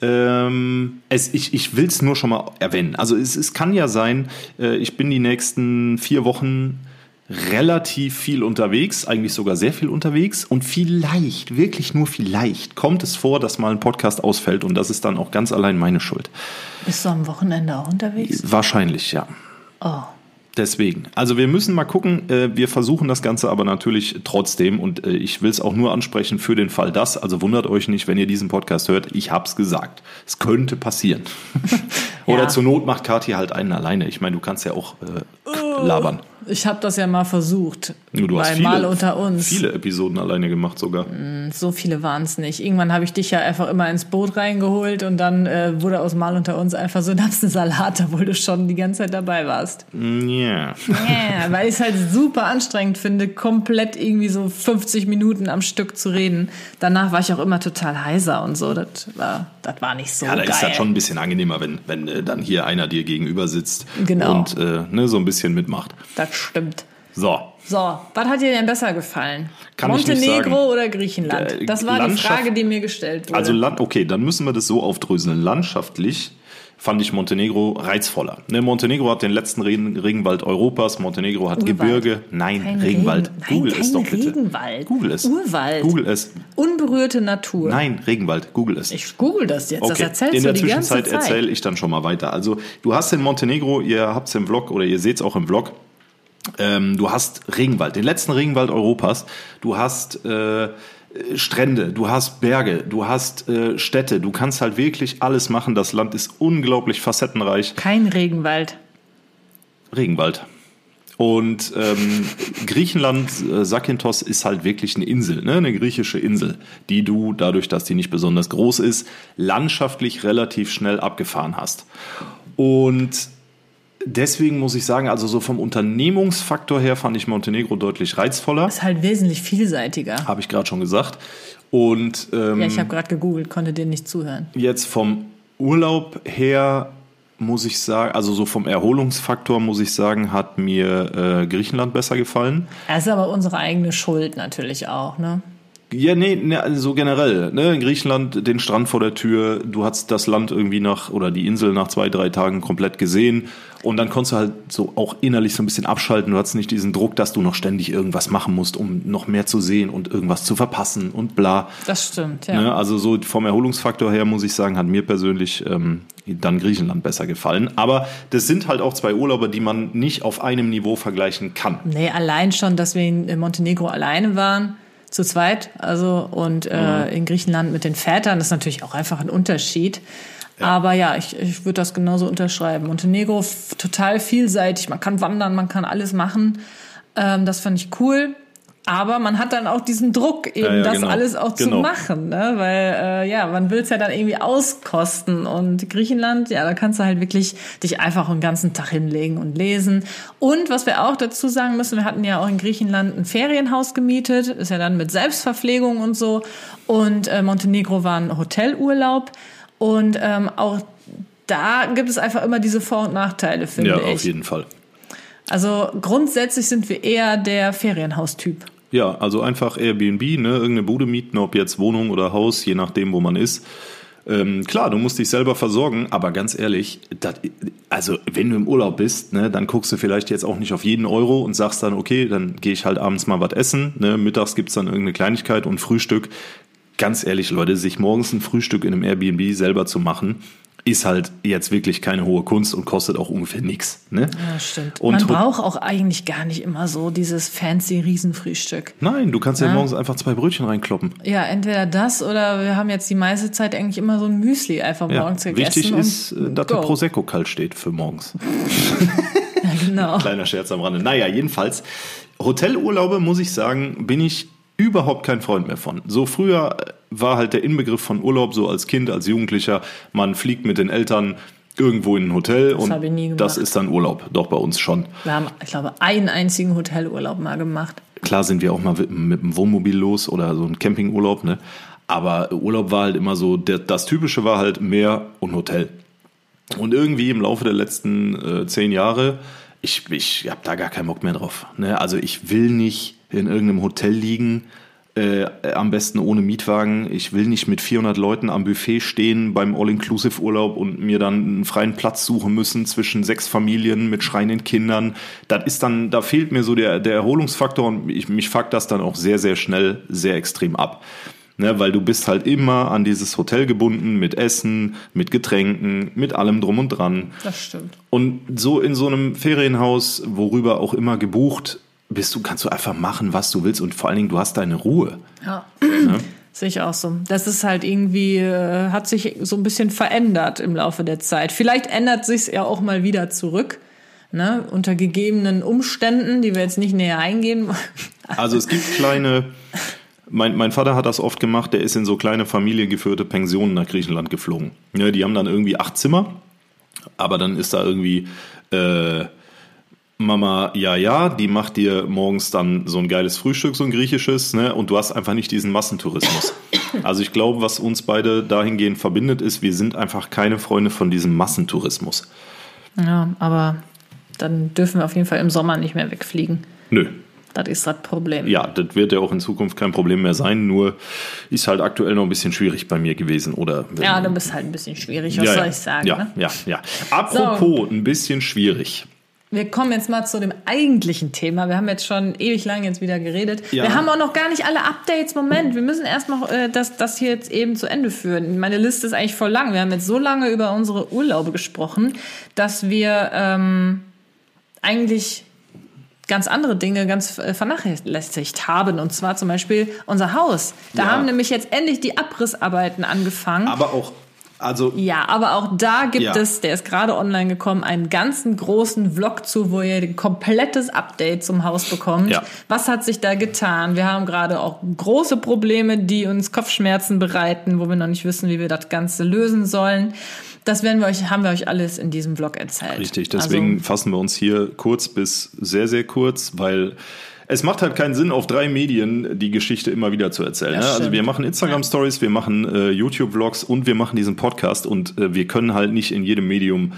Ähm, es, ich ich will es nur schon mal erwähnen. Also es, es kann ja sein, äh, ich bin die nächsten vier Wochen relativ viel unterwegs, eigentlich sogar sehr viel unterwegs. Und vielleicht, wirklich nur vielleicht, kommt es vor, dass mal ein Podcast ausfällt. Und das ist dann auch ganz allein meine Schuld. Bist du am Wochenende auch unterwegs? Wahrscheinlich, ja. Oh. Deswegen. Also wir müssen mal gucken. äh, Wir versuchen das Ganze aber natürlich trotzdem. Und äh, ich will es auch nur ansprechen für den Fall das. Also wundert euch nicht, wenn ihr diesen Podcast hört. Ich hab's gesagt. Es könnte passieren. Oder Ja. zur Not macht Kathi halt einen alleine. Ich meine, du kannst ja auch äh, labern. ich habe das ja mal versucht. Du bei hast viele, Mal unter uns. viele Episoden alleine gemacht sogar. So viele waren es nicht. Irgendwann habe ich dich ja einfach immer ins Boot reingeholt und dann äh, wurde aus Mal unter uns einfach so ein Salat, obwohl du schon die ganze Zeit dabei warst. Ja. Yeah. Ja, weil ich es halt super anstrengend finde, komplett irgendwie so fünfzig Minuten am Stück zu reden. Danach war ich auch immer total heiser und so. Das war, das war nicht so Ja, da geil. ist das schon ein bisschen angenehmer, wenn, wenn äh, dann hier einer dir gegenüber sitzt Genau. und äh, ne, so ein bisschen mitmacht. Das stimmt. So. So, was hat dir denn besser gefallen? Kann ich nicht Montenegro sagen. oder Griechenland? Äh, Das war Landschaft- die Frage, die mir gestellt wurde. Also, Land, okay, dann müssen wir das so aufdröseln. Landschaftlich fand ich Montenegro reizvoller. Ne, Montenegro hat den letzten Regen, Regenwald Europas. Montenegro hat Urwald. Gebirge. Nein, Kein Regenwald. Regen- Google Nein, es kein doch bitte. Regenwald. Google es. Urwald. Google es. Unberührte Natur. Nein, Regenwald. Google es. Ich google das jetzt, das Okay, erzählst in du der die ganze Zwischenzeit Zeit. erzähle ich dann schon mal weiter. Also du hast in Montenegro, ihr habt es im Vlog oder ihr seht es auch im Vlog, ähm, du hast Regenwald, den letzten Regenwald Europas. Du hast äh, Strände, du hast Berge, du hast äh, Städte. Du kannst halt wirklich alles machen. Das Land ist unglaublich facettenreich. Kein Regenwald. Regenwald. Und ähm, Griechenland, äh, Zakynthos, ist halt wirklich eine Insel, ne? Eine griechische Insel, die du, dadurch, dass die nicht besonders groß ist, landschaftlich relativ schnell abgefahren hast. Und deswegen muss ich sagen, also so vom Unternehmungsfaktor her fand ich Montenegro deutlich reizvoller. Ist halt wesentlich vielseitiger. Habe ich gerade schon gesagt. Und ähm, Ja, ich habe gerade gegoogelt, konnte dir nicht zuhören. jetzt vom Urlaub her muss ich sagen, also so vom Erholungsfaktor muss ich sagen, hat mir äh, Griechenland besser gefallen. Das ist aber unsere eigene Schuld natürlich auch, ne? Ja, nee, nee, also generell, ne, in Griechenland den Strand vor der Tür, du hast das Land irgendwie nach, oder die Insel nach zwei, drei Tagen komplett gesehen und dann konntest du halt so auch innerlich so ein bisschen abschalten, du hattest nicht diesen Druck, dass du noch ständig irgendwas machen musst, um noch mehr zu sehen und irgendwas zu verpassen und bla. Das stimmt, ja. Ne, also so vom Erholungsfaktor her muss ich sagen, hat mir persönlich ähm, dann Griechenland besser gefallen, aber das sind halt auch zwei Urlaube, die man nicht auf einem Niveau vergleichen kann. Nee, allein schon, dass wir in Montenegro alleine waren, zu zweit, also und äh, in Griechenland mit den Vätern, das ist natürlich auch einfach ein Unterschied. Ja. Aber ja, ich, ich würde das genauso unterschreiben. Montenegro f- total vielseitig, man kann wandern, man kann alles machen. Ähm, das fand ich cool. Aber man hat dann auch diesen Druck, eben ja, ja, das genau. alles auch genau. zu machen, ne? Weil äh, ja, man will es ja dann irgendwie auskosten. Und Griechenland, ja, da kannst du halt wirklich dich einfach einen ganzen Tag hinlegen und lesen. Und was wir auch dazu sagen müssen, wir hatten ja auch in Griechenland ein Ferienhaus gemietet, ist ja dann mit Selbstverpflegung und so. Und äh, Montenegro war ein Hotelurlaub. Und ähm, auch da gibt es einfach immer diese Vor- und Nachteile, finde ja, ich. Ja, auf jeden Fall. Also grundsätzlich sind wir eher der Ferienhaustyp. Ja, also einfach Airbnb, ne, irgendeine Bude mieten, ob jetzt Wohnung oder Haus, je nachdem, wo man ist. Ähm, klar, du musst dich selber versorgen, aber ganz ehrlich, das, also wenn du im Urlaub bist, ne, dann guckst du vielleicht jetzt auch nicht auf jeden Euro und sagst dann, okay, dann gehe ich halt abends mal was essen, ne, mittags gibt's dann irgendeine Kleinigkeit und Frühstück. Ganz ehrlich, Leute, sich morgens ein Frühstück in einem Airbnb selber zu machen, ist halt jetzt wirklich keine hohe Kunst und kostet auch ungefähr nichts. Ne? Ja, stimmt. Und man braucht auch eigentlich gar nicht immer so dieses fancy Riesenfrühstück. Nein, du kannst ja, Ja. morgens einfach zwei Brötchen reinkloppen. Ja, entweder das oder wir haben jetzt die meiste Zeit eigentlich immer so ein Müsli einfach Ja. morgens gegessen. Wichtig ist, und äh, dass der go. Prosecco kalt steht für morgens. Ja, genau. Kleiner Scherz am Rande. Naja, jedenfalls, Hotelurlaube, muss ich sagen, bin ich überhaupt kein Freund mehr von. So früher war halt der Inbegriff von Urlaub, so als Kind, als Jugendlicher, man fliegt mit den Eltern irgendwo in ein Hotel Das und habe ich nie gemacht. das ist dann Urlaub. Doch, bei uns schon. Wir haben, ich glaube, einen einzigen Hotelurlaub mal gemacht. Klar sind wir auch mal mit, mit dem Wohnmobil los oder so ein Campingurlaub, ne? Aber Urlaub war halt immer so, der, das Typische war halt Meer und Hotel. Und irgendwie im Laufe der letzten äh, zehn Jahre, ich, ich habe da gar keinen Bock mehr drauf. Ne? Also ich will nicht in irgendeinem Hotel liegen, äh, am besten ohne Mietwagen. Ich will nicht mit vierhundert Leuten am Buffet stehen beim All-Inclusive-Urlaub und mir dann einen freien Platz suchen müssen zwischen sechs Familien mit schreienden Kindern. Das ist dann, da fehlt mir so der, der Erholungsfaktor und ich, mich fuckt das dann auch sehr, sehr schnell, sehr extrem ab. Ne, weil du bist halt immer an dieses Hotel gebunden mit Essen, mit Getränken, mit allem drum und dran. Das stimmt. Und so in so einem Ferienhaus, worüber auch immer gebucht bist du, kannst du einfach machen, was du willst und vor allen Dingen, du hast deine Ruhe. Ja. Ne? Sehe ich auch so. Das ist halt irgendwie, äh, hat sich so ein bisschen verändert im Laufe der Zeit. Vielleicht ändert sich's ja auch mal wieder zurück. ne, unter gegebenen Umständen, die wir jetzt nicht näher eingehen. Also es gibt kleine, mein, mein Vater hat das oft gemacht, der ist in so kleine familiengeführte Pensionen nach Griechenland geflogen. Ja, die haben dann irgendwie acht Zimmer, aber dann ist da irgendwie äh, Mama, ja, ja, die macht dir morgens dann so ein geiles Frühstück, so ein griechisches, ne? Und du hast einfach nicht diesen Massentourismus. Also ich glaube, was uns beide dahingehend verbindet, ist, wir sind einfach keine Freunde von diesem Massentourismus. Ja, aber dann dürfen wir auf jeden Fall im Sommer nicht mehr wegfliegen. Nö. Das ist das Problem. Ja, das wird ja auch in Zukunft kein Problem mehr sein, nur ist halt aktuell noch ein bisschen schwierig bei mir gewesen. Oder wenn, ja, du bist halt ein bisschen schwierig, was ja, soll ja, ich sagen? Ja, ne? ja, ja. Apropos so. Ein bisschen schwierig. Wir kommen jetzt mal zu dem eigentlichen Thema. Wir haben jetzt schon ewig lang jetzt wieder geredet. Ja. Wir haben auch noch gar nicht alle Updates. Moment, wir müssen erst noch äh, das, das hier jetzt eben zu Ende führen. Meine Liste ist eigentlich voll lang. Wir haben jetzt so lange über unsere Urlaube gesprochen, dass wir ähm, eigentlich ganz andere Dinge ganz äh, vernachlässigt haben. Und zwar zum Beispiel unser Haus. Da Ja. haben nämlich jetzt endlich die Abrissarbeiten angefangen. Aber auch, also Ja, aber auch da gibt Ja. es, der ist gerade online gekommen, einen ganzen großen Vlog zu, wo ihr ein komplettes Update zum Haus bekommt. Ja. Was hat sich da getan? Wir haben gerade auch große Probleme, die uns Kopfschmerzen bereiten, wo wir noch nicht wissen, wie wir das Ganze lösen sollen. Das werden wir euch, haben wir euch alles in diesem Vlog erzählt. richtig, deswegen Also, fassen wir uns hier kurz bis sehr, sehr kurz, weil es macht halt keinen Sinn, auf drei Medien die Geschichte immer wieder zu erzählen. Das Ne? Also stimmt. wir machen Instagram-Stories, wir machen äh, YouTube-Vlogs und wir machen diesen Podcast und äh, wir können halt nicht in jedem Medium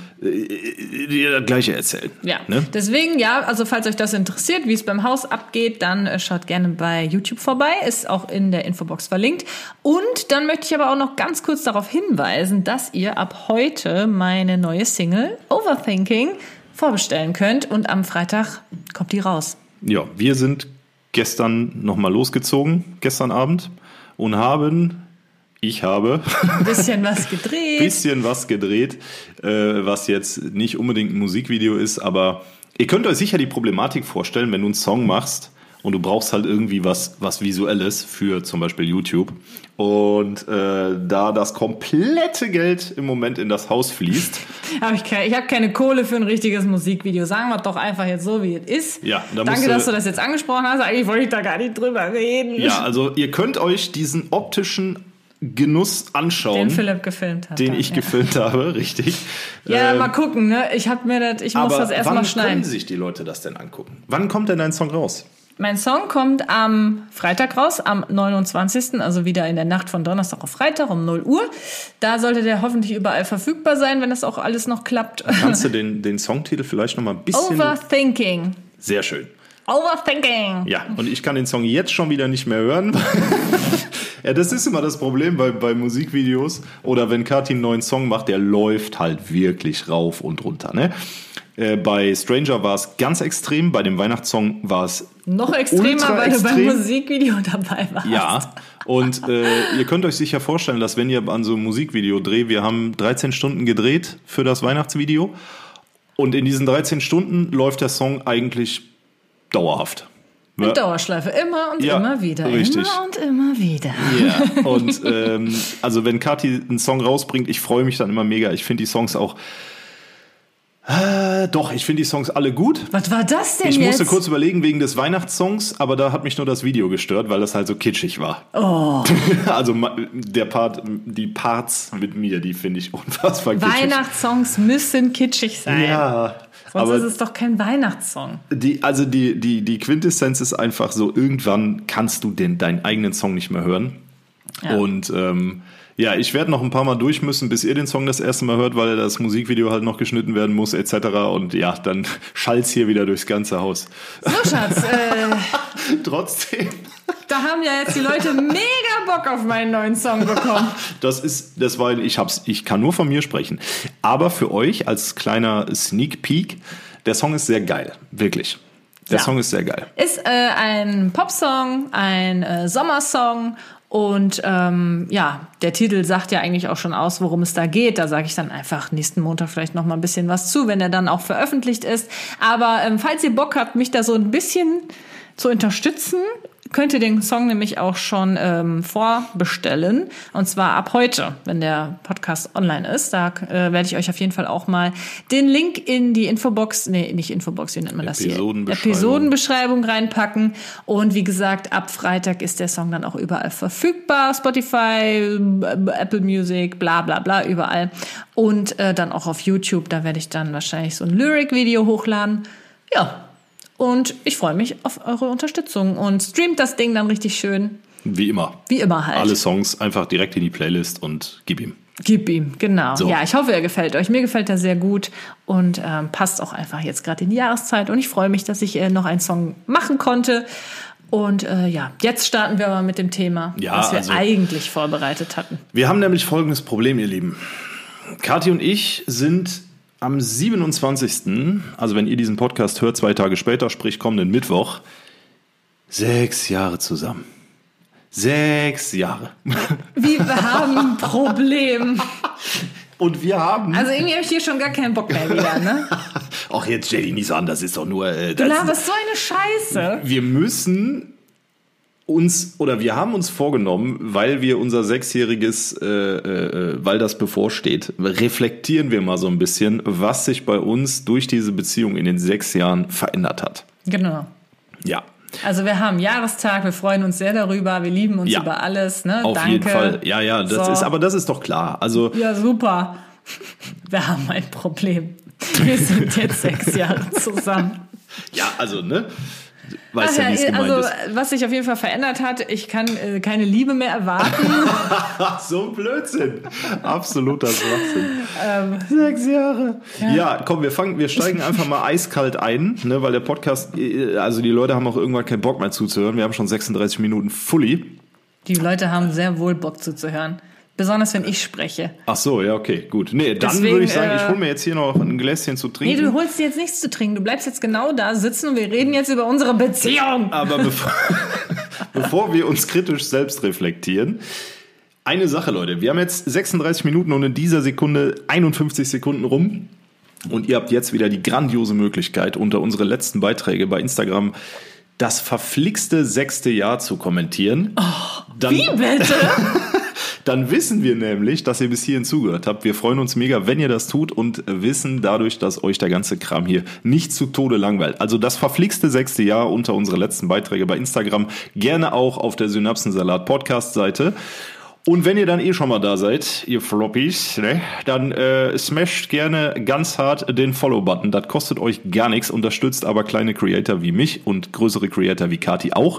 äh, das Gleiche erzählen. ja, Ne? deswegen, ja, also falls euch das interessiert, wie es beim Haus abgeht, dann äh, schaut gerne bei YouTube vorbei, ist auch in der Infobox verlinkt. Und dann möchte ich aber auch noch ganz kurz darauf hinweisen, dass ihr ab heute meine neue Single Overthinking vorbestellen könnt und am Freitag kommt die raus. Ja, wir sind gestern nochmal losgezogen, gestern Abend, und haben, ich habe Ein bisschen was gedreht. bisschen was gedreht, äh, was jetzt nicht unbedingt ein Musikvideo ist, aber ihr könnt euch sicher die Problematik vorstellen, wenn du einen Song machst und du brauchst halt irgendwie was, was Visuelles für zum Beispiel YouTube. Und äh, da das komplette Geld im Moment in das Haus fließt, Hab ich keine, ich habe keine Kohle für ein richtiges Musikvideo. Sagen wir doch einfach jetzt so, wie es ist. Ja, da musst Danke, du- dass du das jetzt angesprochen hast. Eigentlich wollte ich da gar nicht drüber reden. ja, also ihr könnt euch diesen optischen Genuss anschauen, Den Philipp gefilmt hat. den dann, ich ja. gefilmt habe, richtig. Ja, Ähm, mal gucken, ne? Ich hab mir das, ich muss aber das erstmal wann schneiden. können sich die Leute das denn angucken? Wann kommt denn dein Song raus? Mein Song kommt am Freitag raus, am neunundzwanzigsten Also wieder in der Nacht von Donnerstag auf Freitag um null Uhr. Da sollte der hoffentlich überall verfügbar sein, wenn das auch alles noch klappt. Kannst du den, den Songtitel vielleicht noch mal ein bisschen... Overthinking. Sehr schön. Overthinking. Ja, und ich kann den Song jetzt schon wieder nicht mehr hören. Ja, das ist immer das Problem bei, bei Musikvideos. Oder wenn Kathi einen neuen Song macht, der läuft halt wirklich rauf und runter. Ne? Äh, bei Stranger war es ganz extrem, bei dem Weihnachtssong war es Noch extremer, ultra weil du beim extrem. Musikvideo dabei warst. Ja, und äh, ihr könnt euch sicher vorstellen, dass wenn ihr an so einem Musikvideo dreht, wir haben dreizehn Stunden gedreht für das Weihnachtsvideo und in diesen dreizehn Stunden läuft der Song eigentlich dauerhaft. Mit Dauerschleife, immer und Ja, immer wieder. richtig. Immer und immer wieder. Ja, und ähm, also wenn Kathi einen Song rausbringt, ich freue mich dann immer mega. Ich finde die Songs auch, äh, doch, ich finde die Songs alle gut. Was war das denn Ich jetzt? musste kurz überlegen wegen des Weihnachtssongs, aber da hat mich nur das Video gestört, weil das halt so kitschig war. Oh. Also ma- der Part, die Parts mit mir, die finde ich unfassbar kitschig. Weihnachtssongs müssen kitschig sein. Ja, Sonst aber ist es doch kein Weihnachtssong. die, also die, die, die Quintessenz ist einfach so, irgendwann kannst du den, deinen eigenen Song nicht mehr hören. Ja. Und ähm, ja, ich werde noch ein paar Mal durch müssen, bis ihr den Song das erste Mal hört, weil das Musikvideo halt noch geschnitten werden muss, et cetera. Und ja, dann schallt's hier wieder durchs ganze Haus. So, Schatz, äh, Trotzdem, da haben ja jetzt die Leute mega Bock auf meinen neuen Song bekommen. das ist, das war, ich hab's, ich kann nur von mir sprechen. Aber für euch als kleiner Sneak Peek, der Song ist sehr geil, wirklich. Der Ja. Song ist sehr geil. Ist äh, ein Popsong, ein äh, Sommersong. Und ähm, ja, der Titel sagt ja eigentlich auch schon aus, worum es da geht. Da sage ich dann einfach nächsten Montag vielleicht noch mal ein bisschen was zu, wenn er dann auch veröffentlicht ist. Aber ähm, falls ihr Bock habt, mich da so ein bisschen zu unterstützen, könnt ihr den Song nämlich auch schon ähm, vorbestellen. Und zwar ab heute, wenn der Podcast online ist. Da äh, werde ich euch auf jeden Fall auch mal den Link in die Infobox, nee, nicht Infobox, wie nennt man das hier? Episodenbeschreibung. Episodenbeschreibung reinpacken. Und wie gesagt, ab Freitag ist der Song dann auch überall verfügbar. Spotify, Apple Music, bla bla bla, überall. Und äh, dann auch auf YouTube. Da werde ich dann wahrscheinlich so ein Lyric-Video hochladen. Ja. Und ich freue mich auf eure Unterstützung und streamt das Ding dann richtig schön. Wie immer. Wie immer halt. Alle Songs einfach direkt in die Playlist und gib ihm. Gib ihm, genau. So. Ja, ich hoffe, er gefällt euch. Mir gefällt er sehr gut und ähm, passt auch einfach jetzt gerade in die Jahreszeit. Und ich freue mich, dass ich äh, noch einen Song machen konnte. Und äh, ja, jetzt starten wir aber mit dem Thema, Ja, was wir also- eigentlich vorbereitet hatten. Wir haben nämlich folgendes Problem, ihr Lieben. Kathi und ich sind am siebenundzwanzigsten, also wenn ihr diesen Podcast hört, zwei Tage später, sprich kommenden Mittwoch, sechs Jahre zusammen. Sechs Jahre. Wie, wir haben ein Problem. Und wir haben... Also irgendwie habe ich hier schon gar keinen Bock mehr wieder, ne? Ach, jetzt stell dich nicht so an, das ist doch nur... Äh, Du das laberst so eine Scheiße. wir müssen uns, oder wir haben uns vorgenommen, weil wir unser sechsjähriges, äh, äh, weil das bevorsteht, reflektieren wir mal so ein bisschen, was sich bei uns durch diese Beziehung in den sechs Jahren verändert hat. Genau. Ja. Also wir haben Jahrestag, wir freuen uns sehr darüber, wir lieben uns Ja. über alles, ne? Auf Danke. jeden Fall. Ja, ja, das So. ist, aber das ist doch klar. Also, Ja, super. Wir haben ein Problem. Wir sind jetzt sechs Jahre zusammen. ja, also, ne? Weißt Ach ja, wie es ja, gemeint also, ist. was sich auf jeden Fall verändert hat, ich kann äh, keine Liebe mehr erwarten. So ein Blödsinn. Absoluter Schwachsinn. Ähm, Sechs Jahre. Ja. ja, komm, wir fangen, wir steigen einfach mal eiskalt ein, ne, weil der Podcast, äh, also die Leute haben auch irgendwann keinen Bock mehr zuzuhören. Wir haben schon sechsunddreißig Minuten fully. Die Leute haben sehr wohl Bock zuzuhören. Besonders wenn ich spreche. Ach so, ja, okay, gut. Nee, dann Deswegen, würde ich sagen, äh, ich hole mir jetzt hier noch ein Gläschen zu Nee, trinken. du holst dir jetzt nichts zu trinken. Du bleibst jetzt genau da sitzen und wir reden jetzt über unsere Beziehung. Aber bevor, bevor wir uns kritisch selbst reflektieren, eine Sache, Leute. Wir haben jetzt sechsunddreißig Minuten und in dieser Sekunde einundfünfzig Sekunden rum. Und ihr habt jetzt wieder die grandiose Möglichkeit, unter unsere letzten Beiträge bei Instagram das verflixte sechste Jahr zu kommentieren. Oh, dann, Wie bitte? Dann wissen wir nämlich, dass ihr bis hierhin zugehört habt. Wir freuen uns mega, wenn ihr das tut und wissen dadurch, dass euch der ganze Kram hier nicht zu Tode langweilt. Also das verflixte sechste Jahr unter unsere letzten Beiträge bei Instagram. Gerne auch auf der Synapsensalat Podcast Seite. Und wenn ihr dann eh schon mal da seid, ihr Floppies, ne, dann äh, smasht gerne ganz hart den Follow-Button. Das kostet euch gar nichts, unterstützt aber kleine Creator wie mich und größere Creator wie Kathi auch.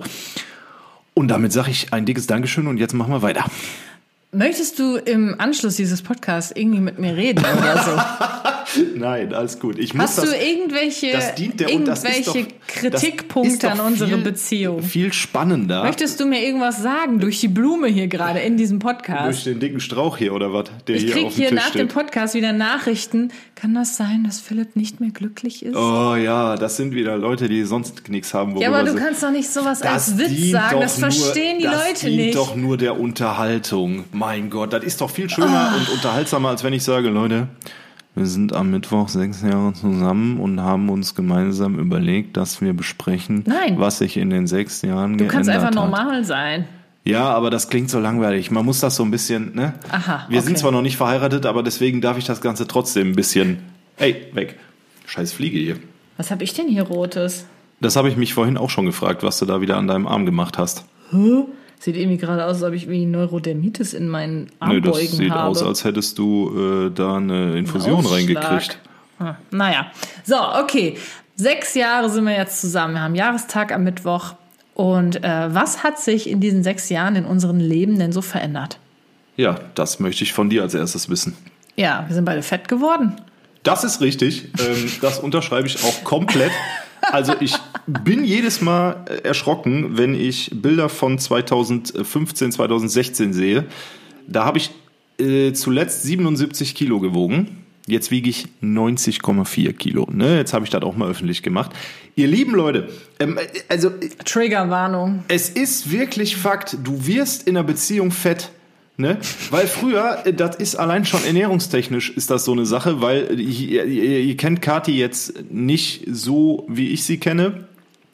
Und damit sage ich ein dickes Dankeschön und jetzt machen wir weiter. Möchtest du im Anschluss dieses Podcasts irgendwie mit mir reden oder so? Nein, alles gut. Ich muss Hast das, du irgendwelche, das dient der, und das ist irgendwelche doch, Kritikpunkte das ist an doch unsere viel, Beziehung? Viel spannender. Möchtest du mir irgendwas sagen durch die Blume hier gerade in diesem Durch Podcast? den dicken Strauch hier oder was, der Ich hier krieg auf dem hier Tisch nach dem steht. Podcast wieder Nachrichten. Kann das sein, dass Philipp nicht mehr glücklich ist? Oh ja, das sind wieder Leute, die sonst nichts haben. ja, aber du sie- kannst doch nicht sowas Das als Witz dient sagen. doch Das verstehen die nur, Leute Das dient nicht. doch nur der Unterhaltung. Mein Gott, das ist doch viel schöner Ah. und unterhaltsamer, als wenn ich sage, Leute, wir sind am Mittwoch sechs Jahre zusammen und haben uns gemeinsam überlegt, dass wir besprechen, Nein. was sich in den sechs Jahren Du geändert kannst einfach hat. normal sein. Ja, aber das klingt so langweilig. Man muss das so ein bisschen, ne? Aha, Wir sind okay. zwar noch nicht verheiratet, aber deswegen darf ich das Ganze trotzdem ein bisschen, ey, weg. Scheiß Fliege hier. Was habe ich denn hier Rotes? Das habe ich mich vorhin auch schon gefragt, was du da wieder an deinem Arm gemacht hast. Sieht irgendwie gerade aus, als ob ich wie Neurodermitis in meinen Nö, das Armbeugen sieht habe. aus, als hättest du äh, da eine Infusion Ausschlag. reingekriegt. Hm, naja. So, okay. Sechs Jahre sind wir jetzt zusammen. Wir haben Jahrestag am Mittwoch. Und äh, was hat sich in diesen sechs Jahren in unserem Leben denn so verändert? Ja, das möchte ich von dir als erstes wissen. Ja, wir sind beide fett geworden. Das ist richtig. Ähm, das unterschreibe ich auch komplett. Also ich bin jedes Mal erschrocken, wenn ich Bilder von zweitausendfünfzehn, zweitausendsechzehn sehe. Da habe ich äh, zuletzt siebenundsiebzig Kilo gewogen. Jetzt wiege ich neunzig Komma vier Kilo. Ne? Jetzt habe ich das auch mal öffentlich gemacht. Ihr lieben Leute, ähm, also Triggerwarnung. es ist wirklich Fakt, du wirst in einer Beziehung fett. Ne? Weil früher, äh, das ist allein schon ernährungstechnisch ist das so eine Sache, weil ihr, ihr, ihr kennt Kathi jetzt nicht so, wie ich sie kenne.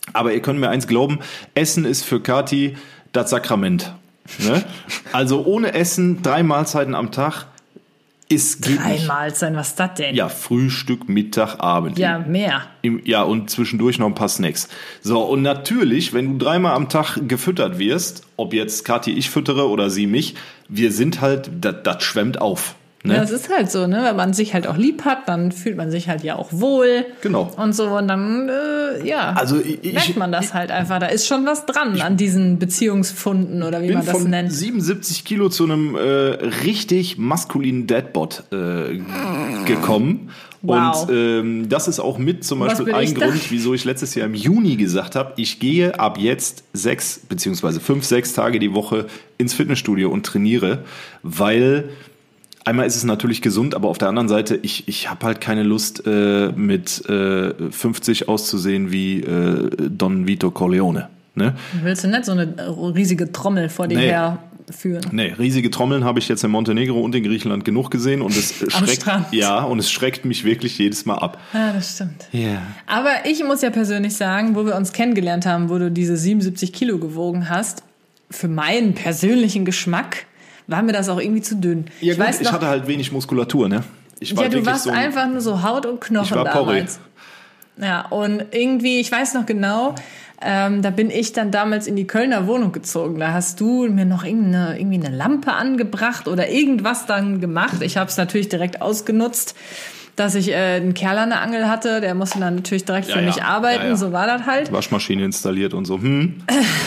Aber ihr könnt mir eins glauben, Essen ist für Kathi das Sakrament. Ne? Also ohne Essen, drei Mahlzeiten am Tag, ist geht Drei nicht. Mahlzeiten, was ist das denn? Ja, Frühstück, Mittag, Abend. Ja, mehr. Im, ja, und zwischendurch noch ein paar Snacks. So, und natürlich, wenn du dreimal am Tag gefüttert wirst, ob jetzt Kathi ich füttere oder sie mich, wir sind halt, das schwemmt auf. Ne? Ja, das ist halt so, ne? Wenn man sich halt auch lieb hat, dann fühlt man sich halt ja auch wohl. Genau. Und so, und dann, äh, ja, Also ich, merkt man das halt einfach. Da ist schon was dran an diesen Beziehungsfunden oder wie bin man das von nennt. siebenundsiebzig Kilo zu einem äh, richtig maskulinen Deadbot äh, gekommen. Wow. Und ähm, das ist auch mit zum Was Beispiel bin ein ich da? Grund, wieso ich letztes Jahr im Juni gesagt habe, ich gehe ab jetzt sechs beziehungsweise fünf, sechs Tage die Woche ins Fitnessstudio und trainiere, weil einmal ist es natürlich gesund, aber auf der anderen Seite, ich, ich habe halt keine Lust, äh, mit äh, fünfzig auszusehen wie äh, Don Vito Corleone. Ne? Willst du nicht so eine riesige Trommel vor dir Nee. herführen? Nee, riesige Trommeln habe ich jetzt in Montenegro und in Griechenland genug gesehen und es Am schreckt, Strand. ja, und es schreckt mich wirklich jedes Mal ab. Ja, das stimmt. Ja. Aber ich muss ja persönlich sagen, wo wir uns kennengelernt haben, wo du diese siebenundsiebzig Kilo gewogen hast, für meinen persönlichen Geschmack war mir das auch irgendwie zu dünn. Ja, ich gut, weiß ich noch, hatte halt wenig Muskulatur, ne? Ich war ja, du wirklich warst so ein, einfach nur so Haut und Knochen Ich war Porree. damals. Ja, und irgendwie, ich weiß noch genau, ähm, da bin ich dann damals in die Kölner Wohnung gezogen. Da hast du mir noch irgendeine, irgendwie eine Lampe angebracht oder irgendwas dann gemacht. Ich habe es natürlich direkt ausgenutzt, dass ich äh, einen Kerl an der Angel hatte. Der musste dann natürlich direkt Ja, für ja. mich arbeiten. Ja, ja. So war das halt. Waschmaschine installiert und so. Hm.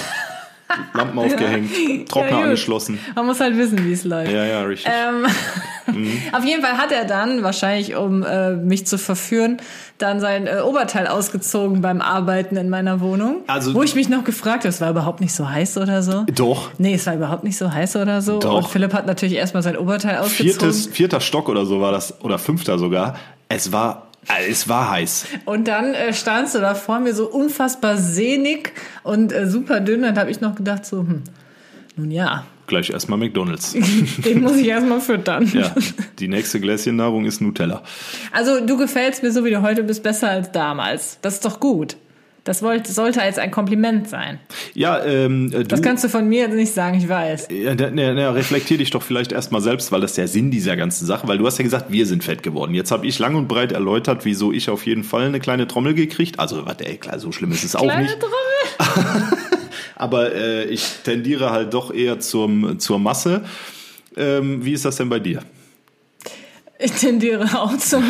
Lampen aufgehängt, Trockner Ja, gut. angeschlossen. Man muss halt wissen, wie es läuft. Ja, ja, richtig. Ähm, Auf jeden Fall hat er dann, wahrscheinlich um äh, mich zu verführen, dann sein äh, Oberteil ausgezogen beim Arbeiten in meiner Wohnung. Also- wo ich mich noch gefragt habe, es war überhaupt nicht so heiß oder so. Doch. Nee, es war überhaupt nicht so heiß oder so. Doch. Und Philipp hat natürlich erstmal sein Oberteil ausgezogen. Viertes, vierter Stock oder so war das, oder fünfter sogar. Es war, äh, es war heiß. Und dann äh, standst du da vor mir so unfassbar sehnig und äh, super dünn. Und habe ich noch gedacht so, hm, nun ja, Gleich erstmal McDonald's. den muss ich erstmal füttern. Ja, die nächste Gläschen Nahrung ist Nutella. Also du gefällst mir so, wie du heute bist, besser als damals. Das ist doch gut. Das wollte, sollte jetzt ein Kompliment sein. Ja, ähm, du, Das kannst du von mir jetzt nicht sagen, ich weiß. ja, ne, ne, reflektier dich doch vielleicht erstmal selbst, weil das ist der Sinn dieser ganzen Sache, weil du hast ja gesagt, wir sind fett geworden. Jetzt habe ich lang und breit erläutert, wieso ich auf jeden Fall eine kleine Trommel gekriegt. Also, warte, ey, klar, so schlimm ist es auch Kleine nicht. Trommel. Aber äh, ich tendiere halt doch eher zum, zur Masse. Ähm, wie ist das denn bei dir? Ich tendiere auch zum...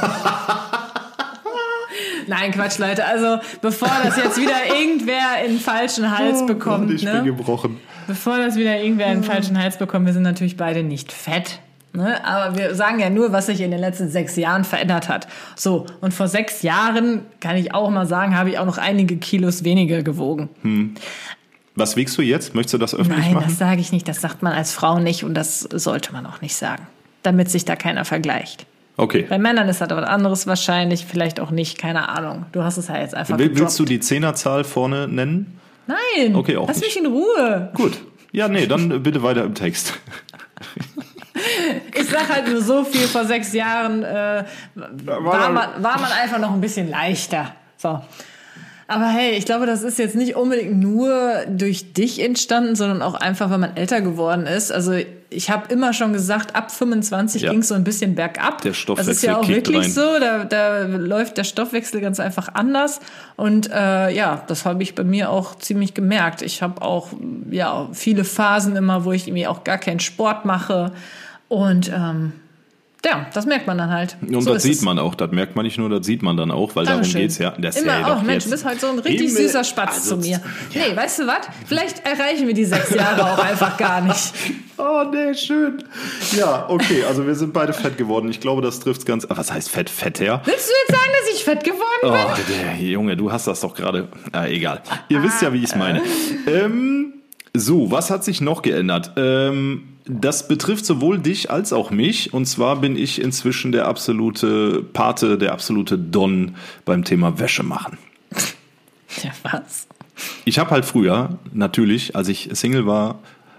Nein, Quatsch, Leute. Also, bevor das jetzt wieder irgendwer in den falschen Hals bekommt, Und ich ne? bin gebrochen. Bevor das wieder irgendwer in den falschen Hals bekommt, wir sind natürlich beide nicht fett. Ne? Aber wir sagen ja nur, was sich in den letzten sechs Jahren verändert hat. So, und vor sechs Jahren, kann ich auch mal sagen, habe ich auch noch einige Kilos weniger gewogen. Hm. Was wiegst du jetzt? Möchtest du das öffentlich Nein, machen? das sage ich nicht. Das sagt man als Frau nicht und das sollte man auch nicht sagen. Damit sich da keiner vergleicht. Okay. Bei Männern ist das was anderes wahrscheinlich, vielleicht auch nicht, keine Ahnung. Du hast es ja jetzt einfach Will, gedroppt. willst du die Zehnerzahl vorne nennen? Nein, Okay, auch lass nicht. mich in Ruhe. Gut. Ja, nee, dann bitte weiter im Text. Ich sag halt nur so viel, vor sechs Jahren äh, war, man, war man einfach noch ein bisschen leichter. So. Aber hey, ich glaube, das ist jetzt nicht unbedingt nur durch dich entstanden, sondern auch einfach, weil man älter geworden ist. Also ich habe immer schon gesagt, ab fünfundzwanzig Ja. ging es so ein bisschen bergab. Der Stoffwechsel Das ist ja auch kickt wirklich rein. so, da, da läuft der Stoffwechsel ganz einfach anders. Und äh, ja, das habe ich bei mir auch ziemlich gemerkt. Ich habe auch ja viele Phasen immer, wo ich irgendwie auch gar keinen Sport mache. Und ähm, ja, das merkt man dann halt. Und So das ist sieht es. man auch, das merkt man nicht nur, das sieht man dann auch, weil Dankeschön. darum geht's ja. Das ist Immer ja auch, doch Mensch, jetzt du bist halt so ein richtig Himmel- süßer Spatz also, zu mir. ja. Nee, weißt du was? Vielleicht erreichen wir die sechs Jahre auch einfach gar nicht. Oh, nee, schön. Ja, okay, also wir sind beide fett geworden. Ich glaube, das trifft's ganz. Was heißt fett, fett her? Willst du jetzt sagen, dass ich fett geworden bin? Oh, der Junge, du hast das doch gerade. Ah, egal. Ihr wisst ja, wie ich es meine. Ähm, so, was hat sich noch geändert? Ähm, das betrifft sowohl dich als auch mich. Und zwar bin ich inzwischen der absolute Pate, der absolute Don beim Thema Wäsche machen. Ja, was? Ich habe halt früher, natürlich, als ich Single war,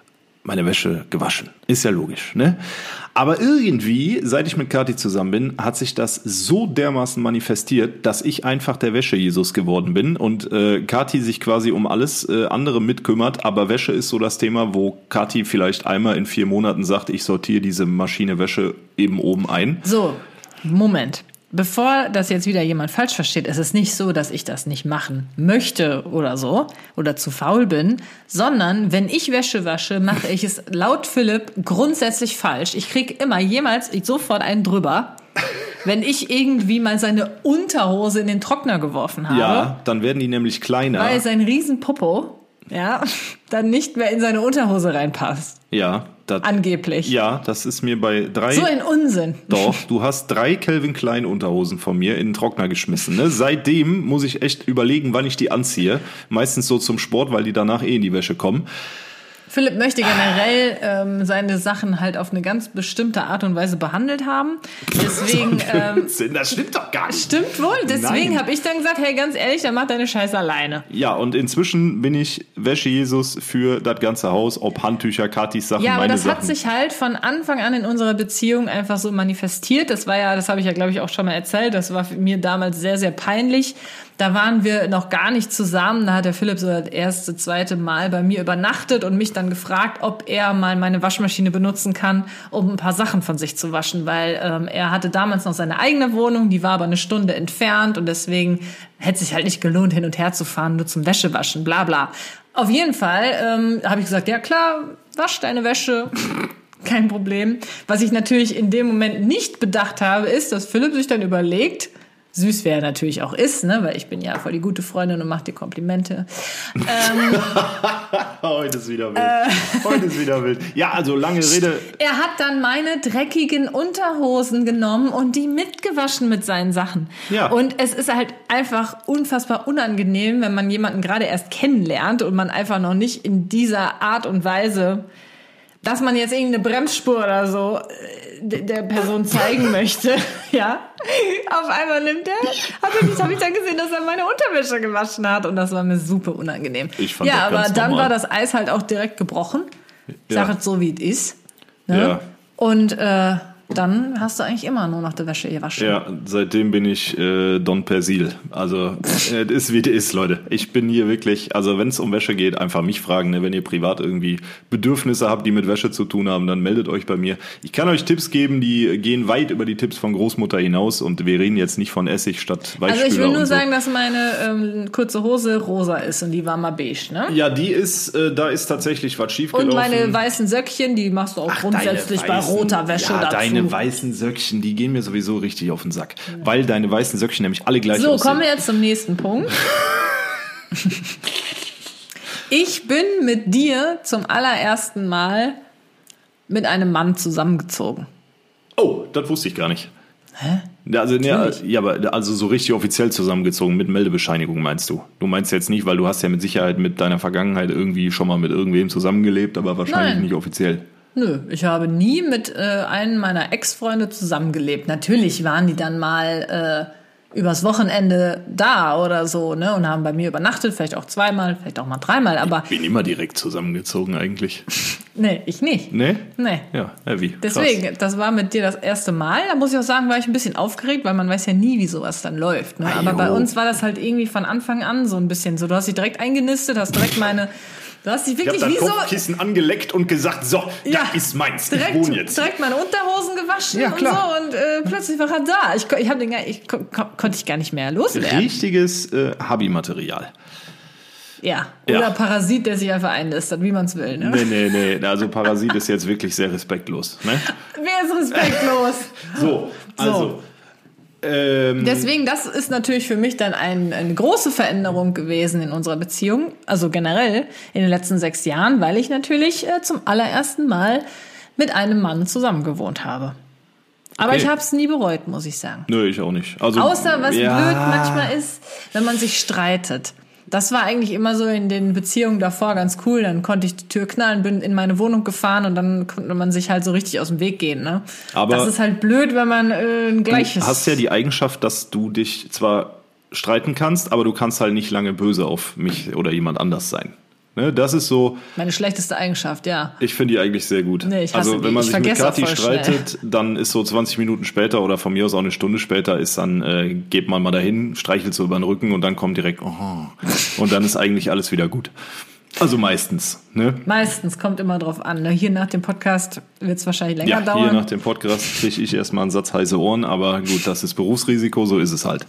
meine Wäsche gewaschen. Ist ja logisch, ne? Aber irgendwie, seit ich mit Kathi zusammen bin, hat sich das so dermaßen manifestiert, dass ich einfach der Wäsche-Jesus geworden bin und äh, Kathi sich quasi um alles äh, andere mitkümmert. Aber Wäsche ist so das Thema, wo Kathi vielleicht einmal in vier Monaten sagt, ich sortiere diese Maschine Wäsche eben oben ein. So, Moment. Bevor das jetzt wieder jemand falsch versteht, ist es nicht so, dass ich das nicht machen möchte oder so oder zu faul bin, sondern wenn ich Wäsche wasche, mache ich es laut Philipp grundsätzlich falsch. Ich kriege immer jemals sofort einen drüber, wenn ich irgendwie mal seine Unterhose in den Trockner geworfen habe. Ja, dann werden die nämlich kleiner. Weil sein Riesenpopo, ja, dann nicht mehr in seine Unterhose reinpasst. Ja. Das, Angeblich. Ja, das ist mir bei drei... So ein Unsinn. Doch, du hast drei Calvin Klein Unterhosen von mir in den Trockner geschmissen. Ne? Seitdem muss ich echt überlegen, wann ich die anziehe. Meistens so zum Sport, weil die danach eh in die Wäsche kommen. Philipp möchte generell ähm, seine Sachen halt auf eine ganz bestimmte Art und Weise behandelt haben. Deswegen, ähm, das stimmt doch gar nicht. Stimmt wohl. Deswegen habe ich dann gesagt, hey, ganz ehrlich, dann mach deine Scheiße alleine. Ja, und inzwischen bin ich Wäsche-Jesus für das ganze Haus, ob Handtücher, Katis Sachen, ja, aber meine das Sachen. Hat sich halt von Anfang an in unserer Beziehung einfach so manifestiert. Das war ja, das habe ich ja, glaube ich, auch schon mal erzählt. Das war mir damals sehr, sehr peinlich. Da waren wir noch gar nicht zusammen. Da hat der Philipp so das erste, zweite Mal bei mir übernachtet und mich dann gefragt, ob er mal meine Waschmaschine benutzen kann, um ein paar Sachen von sich zu waschen. Weil ähm, er hatte damals noch seine eigene Wohnung, die war aber eine Stunde entfernt und deswegen hätte sich halt nicht gelohnt, hin und her zu fahren, nur zum Wäschewaschen, bla bla. Auf jeden Fall ähm, habe ich gesagt, ja klar, wasch deine Wäsche. Kein Problem. Was ich natürlich in dem Moment nicht bedacht habe, ist, dass Philipp sich dann überlegt, süß wie er natürlich auch ist, ne, weil ich bin ja voll die gute Freundin und mache dir Komplimente. Ähm, Heute ist wieder wild. Äh, Heute ist wieder wild. Ja, also lange Rede. Er hat dann meine dreckigen Unterhosen genommen und die mitgewaschen mit seinen Sachen. Ja. Und es ist halt einfach unfassbar unangenehm, wenn man jemanden gerade erst kennenlernt und man einfach noch nicht in dieser Art und Weise, dass man jetzt irgendeine Bremsspur oder so der Person zeigen möchte, ja. Auf einmal nimmt er, habe ich, hab ich dann gesehen, dass er meine Unterwäsche gewaschen hat und das war mir super unangenehm. Ich fand ja, das aber dann normal. War das Eis halt auch direkt gebrochen. Ich ja. sage es so, wie es ist. Ne? Ja. Und äh, dann hast du eigentlich immer nur noch die Wäsche gewaschen. Ja, seitdem bin ich äh, Don Persil. Also es äh, ist wie es ist, Leute. Ich bin hier wirklich, also wenn es um Wäsche geht, einfach mich fragen. Ne? Wenn ihr privat irgendwie Bedürfnisse habt, die mit Wäsche zu tun haben, dann meldet euch bei mir. Ich kann euch Tipps geben, die gehen weit über die Tipps von Großmutter hinaus und wir reden jetzt nicht von Essig statt Weichspüler. Also ich will nur so. sagen, dass meine ähm, kurze Hose rosa ist und die war mal beige, ne? Ja, die ist, äh, da ist tatsächlich was schiefgelaufen. Und meine weißen Söckchen, die machst du auch Ach, grundsätzlich bei weißen, roter Wäsche ja, dazu. Deine weißen Söckchen, die gehen mir sowieso richtig auf den Sack. Ja. Weil deine weißen Söckchen nämlich alle gleich so, aussehen. So, kommen wir jetzt zum nächsten Punkt. Ich bin mit dir zum allerersten Mal mit einem Mann zusammengezogen. Oh, das wusste ich gar nicht. Hä? Also, ja, ja, aber also so richtig offiziell zusammengezogen mit Meldebescheinigung meinst du? Du meinst jetzt nicht, weil du hast ja mit Sicherheit mit deiner Vergangenheit irgendwie schon mal mit irgendwem zusammengelebt, aber wahrscheinlich Nein. nicht offiziell. Nö, ich habe nie mit äh, einem meiner Ex-Freunde zusammengelebt. Natürlich waren die dann mal äh, übers Wochenende da oder so, ne, und haben bei mir übernachtet, vielleicht auch zweimal, vielleicht auch mal dreimal, aber... Ich bin immer direkt zusammengezogen eigentlich. Nee, ich nicht. Nee? Nee. Ja, ja wie? Deswegen, Krass. Das war mit dir das erste Mal. Da muss ich auch sagen, war ich ein bisschen aufgeregt, weil man weiß ja nie, wie sowas dann läuft. Ne? Aber bei uns war das halt irgendwie von Anfang an so ein bisschen so. Du hast dich direkt eingenistet, hast direkt meine... Du hast dich wirklich ich hab wie das so... Kopfkissen angeleckt und gesagt, so, ja, das ist meins, direkt, ich wohne jetzt. Direkt meine Unterhosen gewaschen ja, und so und äh, plötzlich war er da. Ich, ich, hab den, ich kon, konnte ich gar nicht mehr loswerden. Richtiges äh, Hobbymaterial. Ja, oder ja. Parasit, der sich einfach einlistet, wie man es will. Ne? Nee, nee, nee, also Parasit ist jetzt wirklich sehr respektlos. Ne? Wer ist respektlos? so, also... So. Ähm, Deswegen, das ist natürlich für mich dann ein, eine große Veränderung gewesen in unserer Beziehung, also generell in den letzten sechs Jahren, weil ich natürlich äh, zum allerersten Mal mit einem Mann zusammengewohnt habe. Aber okay. Ich habe es nie bereut, muss ich sagen. Nö, ich auch nicht. Also, Außer, was ja. blöd manchmal ist, wenn man sich streitet. Das war eigentlich immer so in den Beziehungen davor ganz cool. Dann konnte ich die Tür knallen, bin in meine Wohnung gefahren und dann konnte man sich halt so richtig aus dem Weg gehen. Ne? Aber das ist halt blöd, wenn man äh, ein gleiches... Du hast ja die Eigenschaft, dass du dich zwar streiten kannst, aber du kannst halt nicht lange böse auf mich oder jemand anders sein. Ne, das ist so. Meine schlechteste Eigenschaft, ja. Ich finde die eigentlich sehr gut. Nee, ich hasse also wenn die. man Ich sich mit Kathi streitet, schnell. dann ist so zwanzig Minuten später oder von mir aus auch eine Stunde später ist dann, äh, geht man mal dahin, streichelt so über den Rücken und dann kommt direkt, oh, und dann ist eigentlich alles wieder gut. Also meistens. Ne? Meistens, kommt immer drauf an. Hier nach dem Podcast wird es wahrscheinlich länger ja, dauern. Hier nach dem Podcast kriege ich erstmal einen Satz heiße Ohren, aber gut, das ist Berufsrisiko, so ist es halt.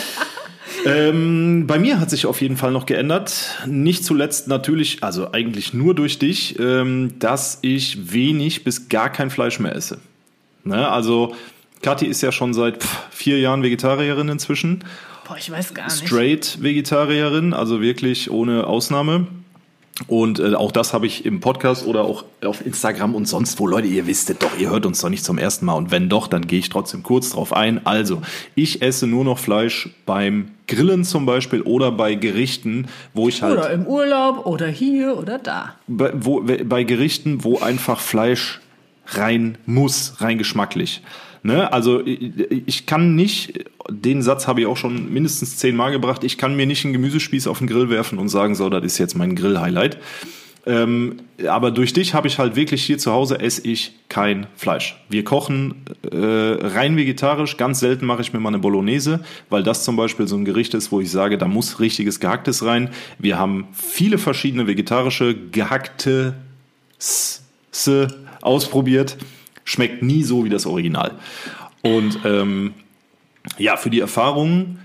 Ähm, bei mir hat sich auf jeden Fall noch geändert. Nicht zuletzt natürlich, also eigentlich nur durch dich, ähm, dass ich wenig bis gar kein Fleisch mehr esse. Ne? Also Kathi ist ja schon seit pff, vier Jahren Vegetarierin inzwischen. Boah, ich weiß gar nicht. Straight Vegetarierin, also wirklich ohne Ausnahme. Und äh, auch das habe ich im Podcast oder auch auf Instagram und sonst wo. Leute, ihr wisstet doch, ihr hört uns doch nicht zum ersten Mal. Und wenn doch, dann gehe ich trotzdem kurz drauf ein. Also, ich esse nur noch Fleisch beim Grillen zum Beispiel oder bei Gerichten, wo ich halt... Oder im Urlaub oder hier oder da. Bei, wo, bei Gerichten, wo einfach Fleisch rein muss, rein geschmacklich. Ne? Also ich, ich kann nicht, den Satz habe ich auch schon mindestens zehnmal gebracht, ich kann mir nicht einen Gemüsespieß auf den Grill werfen und sagen, so, das ist jetzt mein Grill-Highlight. Ähm, aber durch dich habe ich halt wirklich hier zu Hause, esse ich kein Fleisch. Wir kochen äh, rein vegetarisch, ganz selten mache ich mir mal eine Bolognese, weil das zum Beispiel so ein Gericht ist, wo ich sage, da muss richtiges Gehacktes rein. Wir haben viele verschiedene vegetarische gehackte S, S ausprobiert. Schmeckt nie so wie das Original. Und ähm, ja, für die Erfahrung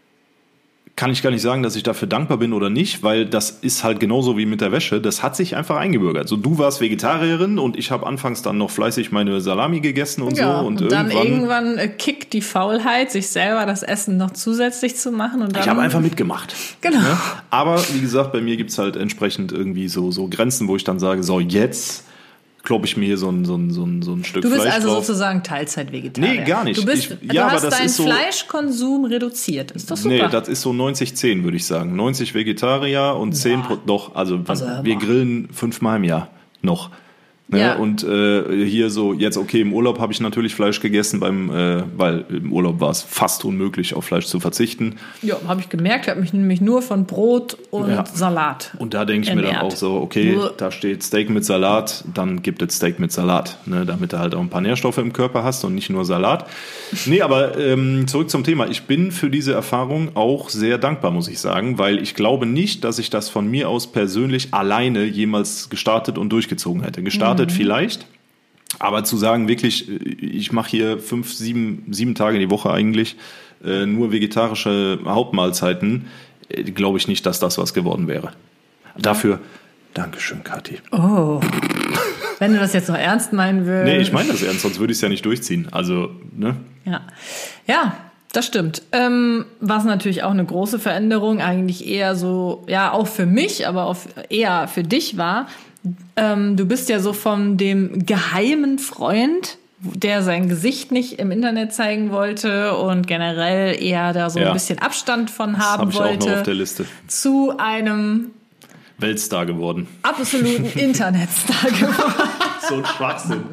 kann ich gar nicht sagen, dass ich dafür dankbar bin oder nicht, weil das ist halt genauso wie mit der Wäsche. Das hat sich einfach eingebürgert. So, du warst Vegetarierin und ich habe anfangs dann noch fleißig meine Salami gegessen und ja, so. Und, und dann irgendwann, irgendwann äh, kickt die Faulheit, sich selber das Essen noch zusätzlich zu machen. Und dann, ich habe einfach mitgemacht. Genau. Ne? Aber wie gesagt, bei mir gibt's halt entsprechend irgendwie so, so Grenzen, wo ich dann sage, so jetzt kloppe ich mir hier so ein, so ein, so ein, so ein Stück Fleisch drauf. Du bist also drauf. Sozusagen Teilzeit-Vegetarier. Nee, gar nicht. Du, bist, ich, du ja, hast aber das deinen ist so, Fleischkonsum reduziert. Ist doch super. Nee, das ist so neunzig zehn, würde ich sagen. neunzig Vegetarier und zehn Pro- doch, also, Also, wir grillen fünfmal im Jahr noch. Ne? Ja. Und äh, hier so, jetzt okay, im Urlaub habe ich natürlich Fleisch gegessen, beim, äh, weil im Urlaub war es fast unmöglich, auf Fleisch zu verzichten. Ja, habe ich gemerkt. Ich habe mich nämlich nur von Brot und Ja. Salat Und da denke ich mir dann ernährt. auch so, okay, Bluh. da steht Steak mit Salat, dann gibt es Steak mit Salat, ne, damit du halt auch ein paar Nährstoffe im Körper hast und nicht nur Salat. Nee, aber ähm, zurück zum Thema. Ich bin für diese Erfahrung auch sehr dankbar, muss ich sagen, weil ich glaube nicht, dass ich das von mir aus persönlich alleine jemals gestartet und durchgezogen hätte. Gestartet mhm. vielleicht, aber zu sagen, wirklich, ich mache hier fünf, sieben, sieben Tage die Woche eigentlich äh, nur vegetarische Hauptmahlzeiten, äh, glaube ich nicht, dass das was geworden wäre. Dafür, Dankeschön, Kathi. Oh, wenn du das jetzt noch ernst meinen willst. Nee, ich meine das ernst, sonst würde ich es ja nicht durchziehen. Also, ne? Ja, ja, das stimmt. Ähm, was natürlich auch eine große Veränderung, eigentlich eher so, ja, auch für mich, aber auch eher für dich war. Ähm, du bist ja so von dem geheimen Freund, der sein Gesicht nicht im Internet zeigen wollte und generell eher da so Ja. ein bisschen Abstand von Das haben habe ich auch noch wollte, auf der Liste. zu einem Weltstar geworden. absoluten Internetstar geworden. So ein Schwachsinn.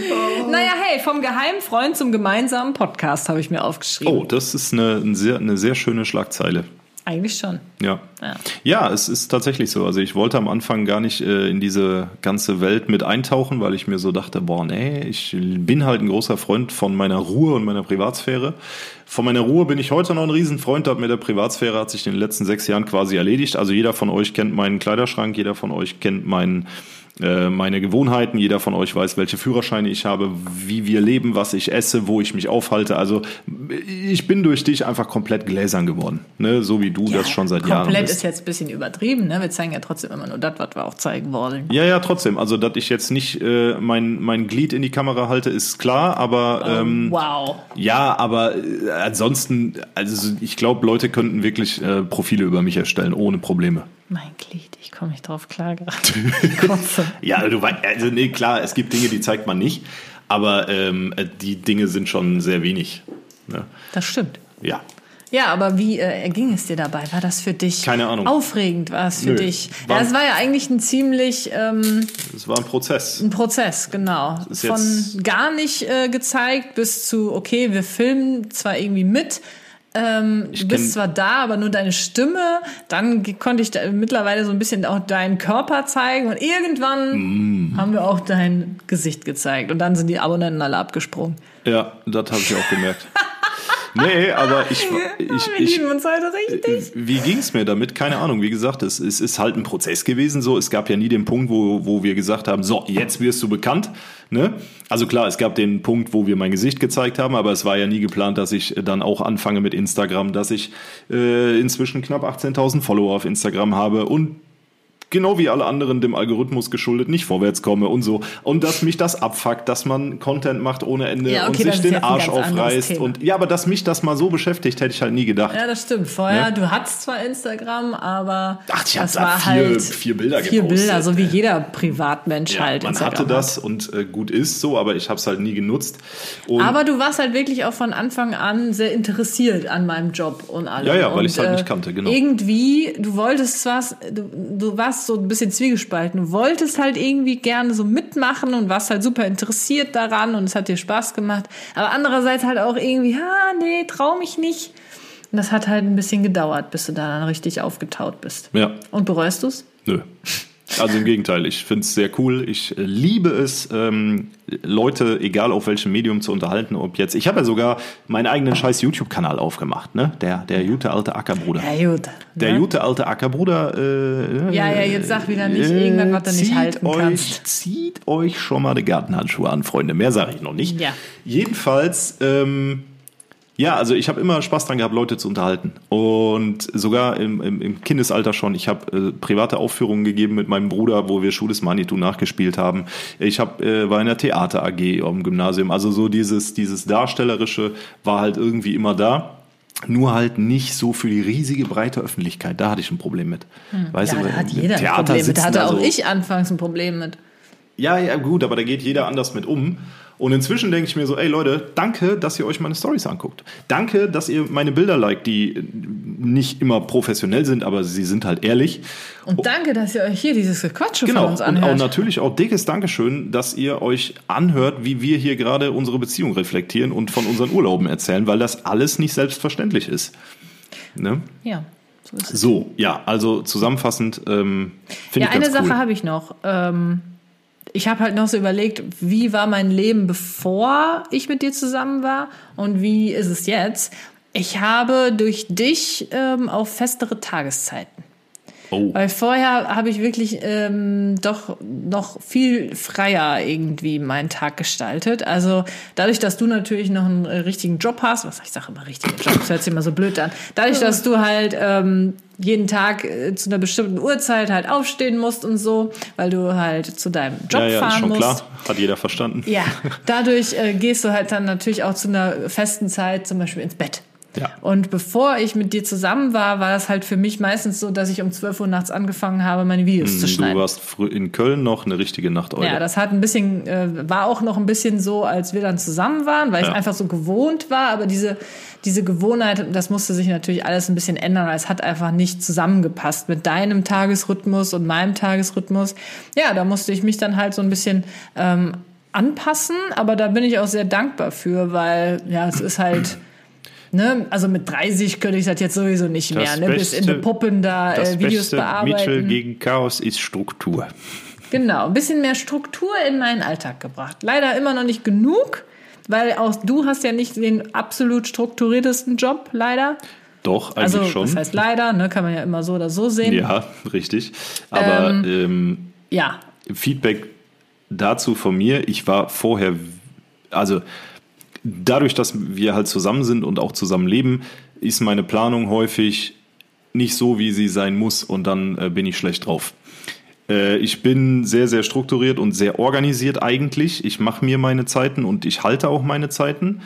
Naja, hey, vom geheimen Freund zum gemeinsamen Podcast habe ich mir aufgeschrieben. Oh, das ist eine, eine, sehr, eine sehr schöne Schlagzeile. Eigentlich schon. Ja. Ja. Ja, es ist tatsächlich so. Also ich wollte am Anfang gar nicht äh, in diese ganze Welt mit eintauchen, weil ich mir so dachte, boah, nee, ich bin halt ein großer Freund von meiner Ruhe und meiner Privatsphäre. Von meiner Ruhe bin ich heute noch ein Riesenfreund, das mit der Privatsphäre hat sich in den letzten sechs Jahren quasi erledigt. Also jeder von euch kennt meinen Kleiderschrank, jeder von euch kennt meinen meine Gewohnheiten, jeder von euch weiß, welche Führerscheine ich habe, wie wir leben, was ich esse, wo ich mich aufhalte. Also ich bin durch dich einfach komplett gläsern geworden, ne? So wie du Ja, das schon seit Jahren komplett bist. ist jetzt ein bisschen übertrieben, ne? Wir zeigen ja trotzdem immer nur das, was wir auch zeigen wollen. Ja, ja, trotzdem. Also, dass ich jetzt nicht äh, mein mein Glied in die Kamera halte, ist klar, aber ähm, Wow. ja, aber äh, ansonsten, also ich glaube, Leute könnten wirklich äh, Profile über mich erstellen, ohne Probleme. Mein Glied, ich komme nicht drauf klar gerade. Kotze. Ja, du weißt, also nee, klar, es gibt Dinge, die zeigt man nicht, aber ähm, die Dinge sind schon sehr wenig. Ne? Das stimmt. Ja. Ja, aber wie äh, ging es dir dabei? War das für dich Keine Ahnung. aufregend? War es für Nö. dich? War- ja, es war ja eigentlich ein ziemlich ähm, Es war ein Prozess. ein Prozess, genau. ist Von jetzt- gar nicht äh, gezeigt bis zu, okay, wir filmen zwar irgendwie mit, Ähm, du bist zwar da, aber nur deine Stimme. Dann konnte ich da mittlerweile so ein bisschen auch deinen Körper zeigen. Und irgendwann mm. haben wir auch dein Gesicht gezeigt. Und dann sind die Abonnenten alle abgesprungen. Ja, das habe ich auch gemerkt. Nee, aber ich, ich, wir ich lieben uns halt richtig. Wie ging's mir damit? Keine Ahnung. Wie gesagt, es, es ist halt ein Prozess gewesen. So, es gab ja nie den Punkt, wo, wo wir gesagt haben, so, jetzt wirst du bekannt. Ne? Also klar, es gab den Punkt, wo wir mein Gesicht gezeigt haben, aber es war ja nie geplant, dass ich dann auch anfange mit Instagram, dass ich äh, inzwischen knapp achtzehntausend Follower auf Instagram habe und genau wie alle anderen dem Algorithmus geschuldet nicht vorwärts komme und so. Und dass mich das abfuckt, dass man Content macht ohne Ende ja, okay, und sich den ja Arsch aufreißt. Und ja, aber dass mich das mal so beschäftigt, hätte ich halt nie gedacht. Ja, das stimmt. Vorher, ne? Du hattest zwar Instagram, aber Ach, ich das hab war vier, halt vier Bilder vier gepostet. Bilder, so wie jeder Privatmensch ja, halt man Instagram hatte das hat. und äh, gut ist so, aber ich habe es halt nie genutzt. Und aber du warst halt wirklich auch von Anfang an sehr interessiert an meinem Job und allem. Ja, ja, weil und, ich es halt äh, nicht kannte, genau. Irgendwie, du wolltest was, du, du warst so ein bisschen zwiegespalten. Du wolltest halt irgendwie gerne so mitmachen und warst halt super interessiert daran und es hat dir Spaß gemacht. Aber andererseits halt auch irgendwie, ah, nee, trau mich nicht. Und das hat halt ein bisschen gedauert, bis du da dann richtig aufgetaut bist. Ja. Und bereust du's? Nö. Also im Gegenteil, ich finde es sehr cool. Ich äh, liebe es, ähm, Leute, egal auf welchem Medium, zu unterhalten. Ob jetzt, ich habe ja sogar meinen eigenen scheiß YouTube-Kanal aufgemacht, ne? Der, der gute alte Ackerbruder. Ja, gut. Der ne? gute alte Ackerbruder. Äh, Ja, ja, jetzt sag wieder nicht äh, irgendwas, was du nicht halten euch, kannst. Zieht euch schon mal die Gartenhandschuhe an, Freunde. Mehr sage ich noch nicht. Ja. Jedenfalls, ähm, ja, also ich habe immer Spaß dran gehabt, Leute zu unterhalten. Und sogar im, im, im Kindesalter schon. Ich habe äh, private Aufführungen gegeben mit meinem Bruder, wo wir Schuh des Manitou nachgespielt haben. Ich hab, äh, war in der Theater A G am Gymnasium. Also so dieses, dieses Darstellerische war halt irgendwie immer da. Nur halt nicht so für die riesige, breite Öffentlichkeit. Da hatte ich ein Problem mit. Hm. Weißt ja, du, da hat jeder ein Theater Problem mit. Da hatte sitzen, auch also, ich anfangs ein Problem mit. Ja, ja, gut, aber da geht jeder anders mit um. Und inzwischen denke ich mir so, ey Leute, danke, dass ihr euch meine Storys anguckt. Danke, dass ihr meine Bilder liked, die nicht immer professionell sind, aber sie sind halt ehrlich. Und danke, dass ihr euch hier dieses Gequatsche genau. von uns anhört. Und auch natürlich auch dickes Dankeschön, dass ihr euch anhört, wie wir hier gerade unsere Beziehung reflektieren und von unseren Urlauben erzählen, weil das alles nicht selbstverständlich ist. Ne? Ja. So, ist es. So, ja, also zusammenfassend ähm, finde ja, ich ganz eine Sache cool. habe ich noch. Ähm, ich habe halt noch so überlegt, wie war mein Leben, bevor ich mit dir zusammen war und wie ist es jetzt? Ich habe durch dich ähm, auf festere Tageszeiten. Oh. Weil vorher habe ich wirklich ähm, doch noch viel freier irgendwie meinen Tag gestaltet. Also dadurch, dass du natürlich noch einen richtigen Job hast, was ich sage immer richtigen Job, das hört sich immer so blöd an. Dadurch, dass du halt ähm, jeden Tag äh, zu einer bestimmten Uhrzeit halt aufstehen musst und so, weil du halt zu deinem Job ja, ja, fahren ist schon musst. klar, hat jeder verstanden. Ja, dadurch äh, gehst du halt dann natürlich auch zu einer festen Zeit zum Beispiel ins Bett. Ja. Und bevor ich mit dir zusammen war, war das halt für mich meistens so, dass ich um zwölf Uhr nachts angefangen habe, meine Videos Du zu schneiden. warst früh in Köln noch eine richtige Nachteule. Ja, das hat ein bisschen, äh, war auch noch ein bisschen so, als wir dann zusammen waren, weil ich Ja. einfach so gewohnt war. Aber diese, diese Gewohnheit, das musste sich natürlich alles ein bisschen ändern, weil es hat einfach nicht zusammengepasst mit deinem Tagesrhythmus und meinem Tagesrhythmus. Ja, da musste ich mich dann halt so ein bisschen ähm, anpassen. Aber da bin ich auch sehr dankbar für, weil ja, es ist halt... Ne? Also mit dreißig könnte ich das jetzt sowieso nicht mehr, Das ne? Bis in die Puppen da das äh, Videos beste bearbeiten. Mittel gegen Chaos ist Struktur. Genau, ein bisschen mehr Struktur in meinen Alltag gebracht. Leider immer noch nicht genug, weil auch du hast ja nicht den absolut strukturiertesten Job, leider. Doch, eigentlich Also schon. das heißt leider, ne? Kann man ja immer so oder so sehen. Ja, richtig. Aber Ähm, ähm, Ja, Feedback dazu von mir, ich war vorher, also dadurch, dass wir halt zusammen sind und auch zusammen leben, ist meine Planung häufig nicht so, wie sie sein muss und dann äh, bin ich schlecht drauf. Äh, ich bin sehr, sehr strukturiert und sehr organisiert eigentlich. Ich mache mir meine Zeiten und ich halte auch meine Zeiten.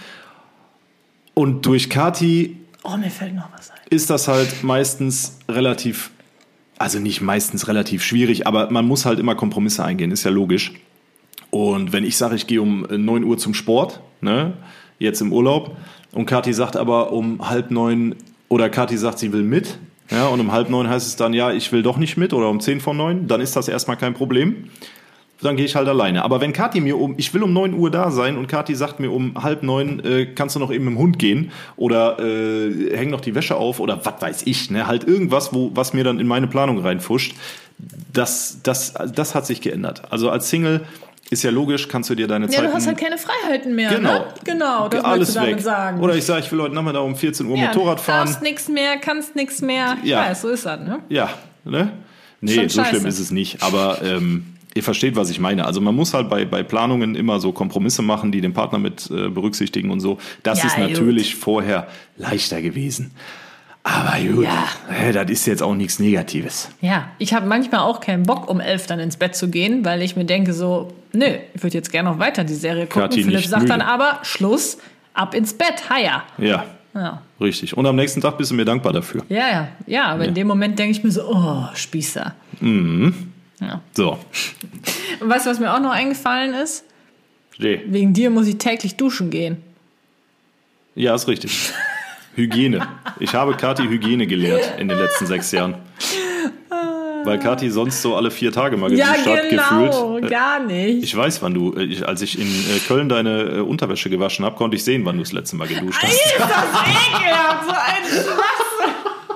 Und durch Kati oh, mir fällt noch was ein. ist das halt meistens relativ, also nicht meistens relativ schwierig, aber man muss halt immer Kompromisse eingehen, ist ja logisch. Und wenn ich sage, ich gehe um neun Uhr zum Sport, ne, jetzt im Urlaub, und Kathi sagt aber um halb neun, oder Kathi sagt, sie will mit, ja, und um halb neun heißt es dann, ja, ich will doch nicht mit, oder um zehn vor neun, dann ist das erstmal kein Problem. dann gehe ich halt alleine. Aber wenn Kathi mir um, ich will um neun Uhr da sein und Kathi sagt mir um halb neun, äh, kannst du noch eben mit dem Hund gehen oder äh, häng noch die Wäsche auf oder was weiß ich, ne? Halt irgendwas, wo, was mir dann in meine Planung reinfuscht. Das, das, das hat sich geändert. Also als Single ist ja logisch, kannst du dir deine Zeit... Ja, du hast halt keine Freiheiten mehr, genau. ne? Genau, das alles willst du damit weg. sagen. Oder ich sage, ich will heute Nachmittag um vierzehn Uhr ja, Motorrad fahren. darfst nichts mehr, kannst nichts mehr. Ja. Ja, so ist das, ne? Ja, ne? Nee, Schon so scheiße. schlimm ist es nicht. Aber ähm, ihr versteht, was ich meine. Also man muss halt bei, bei Planungen immer so Kompromisse machen, die den Partner mit äh, berücksichtigen und so. Das Ja, ist gut. natürlich vorher leichter gewesen. Aber gut, Ja. äh, das ist jetzt auch nichts Negatives. Ja, ich habe manchmal auch keinen Bock, um elf dann ins Bett zu gehen, weil ich mir denke so, nö, ich würde jetzt gerne noch weiter die Serie gucken. Kathi Philipp nicht sagt müde. dann aber, Schluss, ab ins Bett, haja. Ja, Ja. richtig. Und am nächsten Tag bist du mir dankbar dafür. Ja, ja, ja, aber Ja. in dem Moment denke ich mir so, oh, Spießer. Mhm. Ja. So. Und weißt du, was mir auch noch eingefallen ist? Nee. Wegen dir muss ich täglich duschen gehen. Ja, ist richtig. Hygiene. Ich habe Kathi Hygiene gelehrt in den letzten sechs Jahren. Weil Kathi sonst so alle vier Tage mal Ja, geduscht hat, genau, gefühlt. Äh, gar nicht. Ich weiß, wann du, äh, ich, als ich in äh, Köln deine äh, Unterwäsche gewaschen habe, konnte ich sehen, wann du das letzte Mal geduscht hast. Ist das ekelhaft, so ein Schwachsinn.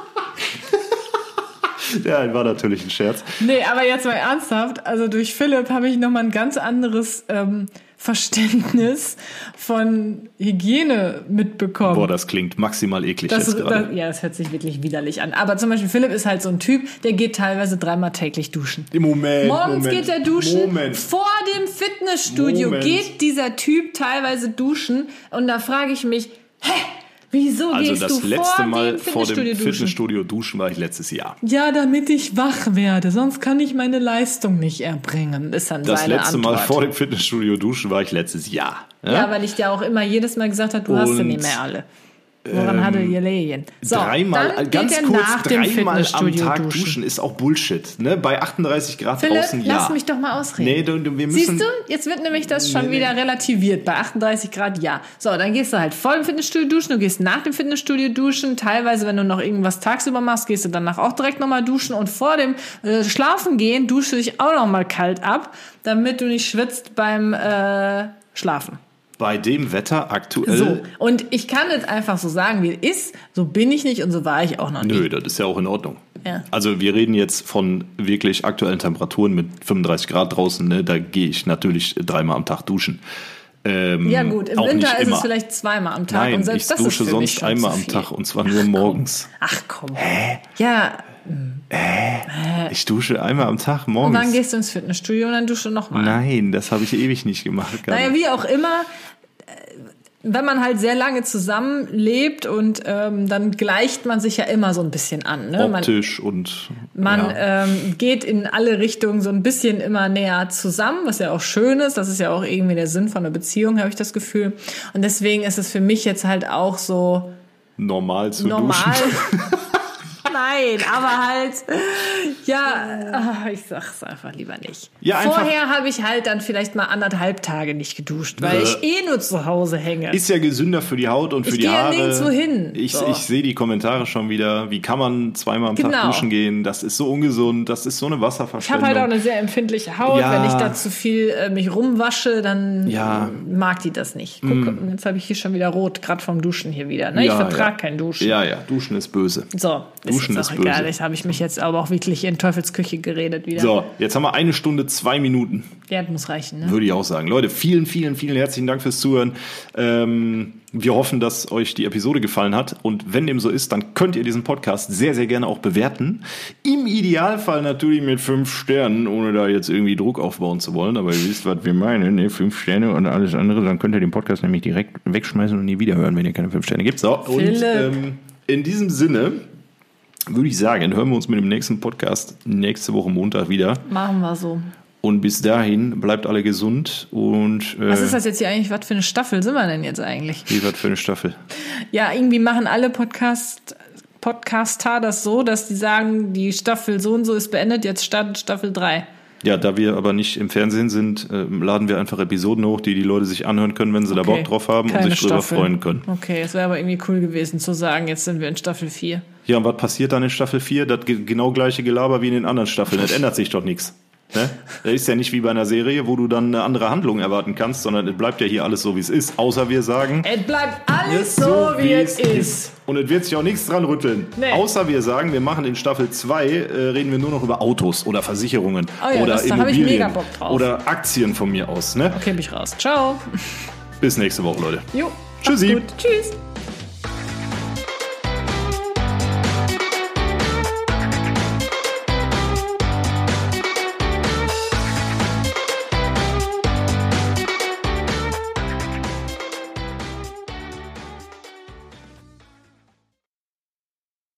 Ja, war natürlich ein Scherz. Nee, aber jetzt mal ernsthaft, also durch Philipp habe ich nochmal ein ganz anderes ähm, Verständnis von Hygiene mitbekommen. Boah, das klingt maximal eklig Das, jetzt gerade. das, ja, das hört sich wirklich widerlich an. Aber zum Beispiel Philipp ist halt so ein Typ, der geht teilweise dreimal täglich duschen. Im Moment, Morgens Moment, geht er duschen, Moment. vor dem Fitnessstudio Moment. geht dieser Typ teilweise duschen und da frage ich mich, hä, wieso Also gehst das du letzte vor Mal dem vor dem Fitnessstudio duschen? Fitnessstudio duschen war ich letztes Jahr. Ja, damit ich wach werde, sonst kann ich meine Leistung nicht erbringen, ist dann Das seine letzte Antwort. Mal vor dem Fitnessstudio duschen war ich letztes Jahr. Ja? Ja, weil ich dir auch immer jedes Mal gesagt habe, du hast sie Und, nicht mehr alle. Woran hatte gelegen? So, dreimal, dann ganz geht er kurz, nach dem dreimal am Fitnessstudio Tag duschen. duschen ist auch Bullshit. Ne? Bei achtunddreißig Grad Philipp, draußen, ja. lass mich doch mal ausreden. Nee, du, du, wir müssen, Siehst du, jetzt wird nämlich das schon Nee, wieder nee. relativiert. Bei achtunddreißig Grad, ja. So, dann gehst du halt vor dem Fitnessstudio duschen, du gehst nach dem Fitnessstudio duschen. Teilweise, wenn du noch irgendwas tagsüber machst, gehst du danach auch direkt nochmal duschen. Und vor dem äh, Schlafengehen duschst du dich auch nochmal kalt ab, damit du nicht schwitzt beim äh, Schlafen. Bei dem Wetter aktuell... So, und ich kann es einfach so sagen, wie es ist. So bin ich nicht und so war ich auch noch Nö, nie. das ist ja auch in Ordnung. Ja. Also wir reden jetzt von wirklich aktuellen Temperaturen mit fünfunddreißig Grad draußen. Ne? Da gehe ich natürlich dreimal am Tag duschen. Ähm, Ja gut, im auch Winter nicht ist immer. es vielleicht zweimal am Tag. Nein, und ich selbst das dusche ist für mich sonst schon einmal zu am viel. Tag und zwar nur morgens. Ach komm. Hä? Ja, Ich dusche einmal am Tag und morgens. dann gehst du ins Fitnessstudio und dann dusche nochmal. Nein, das habe ich ewig nicht gemacht. Naja, wie auch immer, äh, wenn man halt sehr lange zusammenlebt und ähm, dann gleicht man sich ja immer so ein bisschen an. Ne? Man, Optisch und... man ja. ähm, geht in alle Richtungen so ein bisschen immer näher zusammen, was ja auch schön ist. Das ist ja auch irgendwie der Sinn von einer Beziehung, habe ich das Gefühl. Und deswegen ist es für mich jetzt halt auch so normal zu normal. duschen. Nein, aber halt, ja, ach, ich sag's einfach lieber nicht. Ja, einfach- Vorher habe ich halt dann vielleicht mal anderthalb Tage nicht geduscht, weil Äh. ich eh nur zu Hause hänge. Ist ja gesünder für die Haut und für Ich die gehe ja Haare. nirgendwo hin. Ich, So. ich sehe die Kommentare schon wieder. Wie kann man zweimal am Tag Genau. duschen gehen? Das ist so ungesund. Das ist so eine Ich habe Wasserverschwendung. halt auch eine sehr empfindliche Haut. Ja. Wenn ich da zu viel äh, mich rumwasche, dann Ja. mag die das nicht. Guck, mm. jetzt habe ich hier schon wieder rot, gerade vom Duschen hier wieder. Ne? Ich Ja, vertrage ja. kein Duschen. Ja, ja, Duschen ist böse. So, ist Duschen jetzt auch ist egal. böse. Jetzt habe ich mich jetzt aber auch wirklich in Teufelsküche geredet wieder. So, jetzt haben wir eine Stunde, zwei Minuten. Ja, das muss reichen, ne? Würde ich auch sagen. Leute, vielen, vielen, vielen herzlichen Dank fürs Zuhören. Ähm, wir hoffen, dass euch die Episode gefallen hat. Und wenn dem so ist, dann könnt ihr diesen Podcast sehr, sehr gerne auch bewerten. Im Idealfall natürlich mit fünf Sternen, ohne da jetzt irgendwie Druck aufbauen zu wollen. Aber ihr wisst, was wir meinen. Ne? Fünf Sterne und alles andere. Dann könnt ihr den Podcast nämlich direkt wegschmeißen und nie wieder hören, wenn ihr keine fünf Sterne gibt. So, und Philipp. ähm, in diesem Sinne würde ich sagen, hören wir uns mit dem nächsten Podcast nächste Woche Montag wieder. Machen wir so. Und bis dahin bleibt alle gesund und äh, Was ist das jetzt hier eigentlich? Was für eine Staffel sind wir denn jetzt eigentlich? wie was für eine Staffel? Ja, irgendwie machen alle Podcast, Podcaster das so, dass die sagen, die Staffel so und so ist beendet, jetzt startet Staffel drei. Ja, da wir aber nicht im Fernsehen sind, äh, laden wir einfach Episoden hoch, die die Leute sich anhören können, wenn sie da Bock drauf haben Keine und sich drüber Staffel. freuen können. Okay, es wäre aber irgendwie cool gewesen zu sagen, jetzt sind wir in Staffel vier. Ja, und was passiert dann in Staffel vier? Das ge- genau gleiche Gelaber wie in den anderen Staffeln. Das ändert sich doch nichts. Ne? Das ist ja nicht wie bei einer Serie, wo du dann eine andere Handlung erwarten kannst, sondern es bleibt ja hier alles so, wie es ist. Außer wir sagen... Es bleibt alles so, wie es ist. Und es wird sich auch nichts dran rütteln. Nee. Außer wir sagen, wir machen in Staffel zwei, äh, reden wir nur noch über Autos oder Versicherungen oh ja, oder das, Immobilien. Da habe ich mega Bock drauf. Oder Aktien von mir aus. Ne? Okay, bin ich raus. Ciao. Bis nächste Woche, Leute. Jo. Tschüssi. Gut. Tschüss.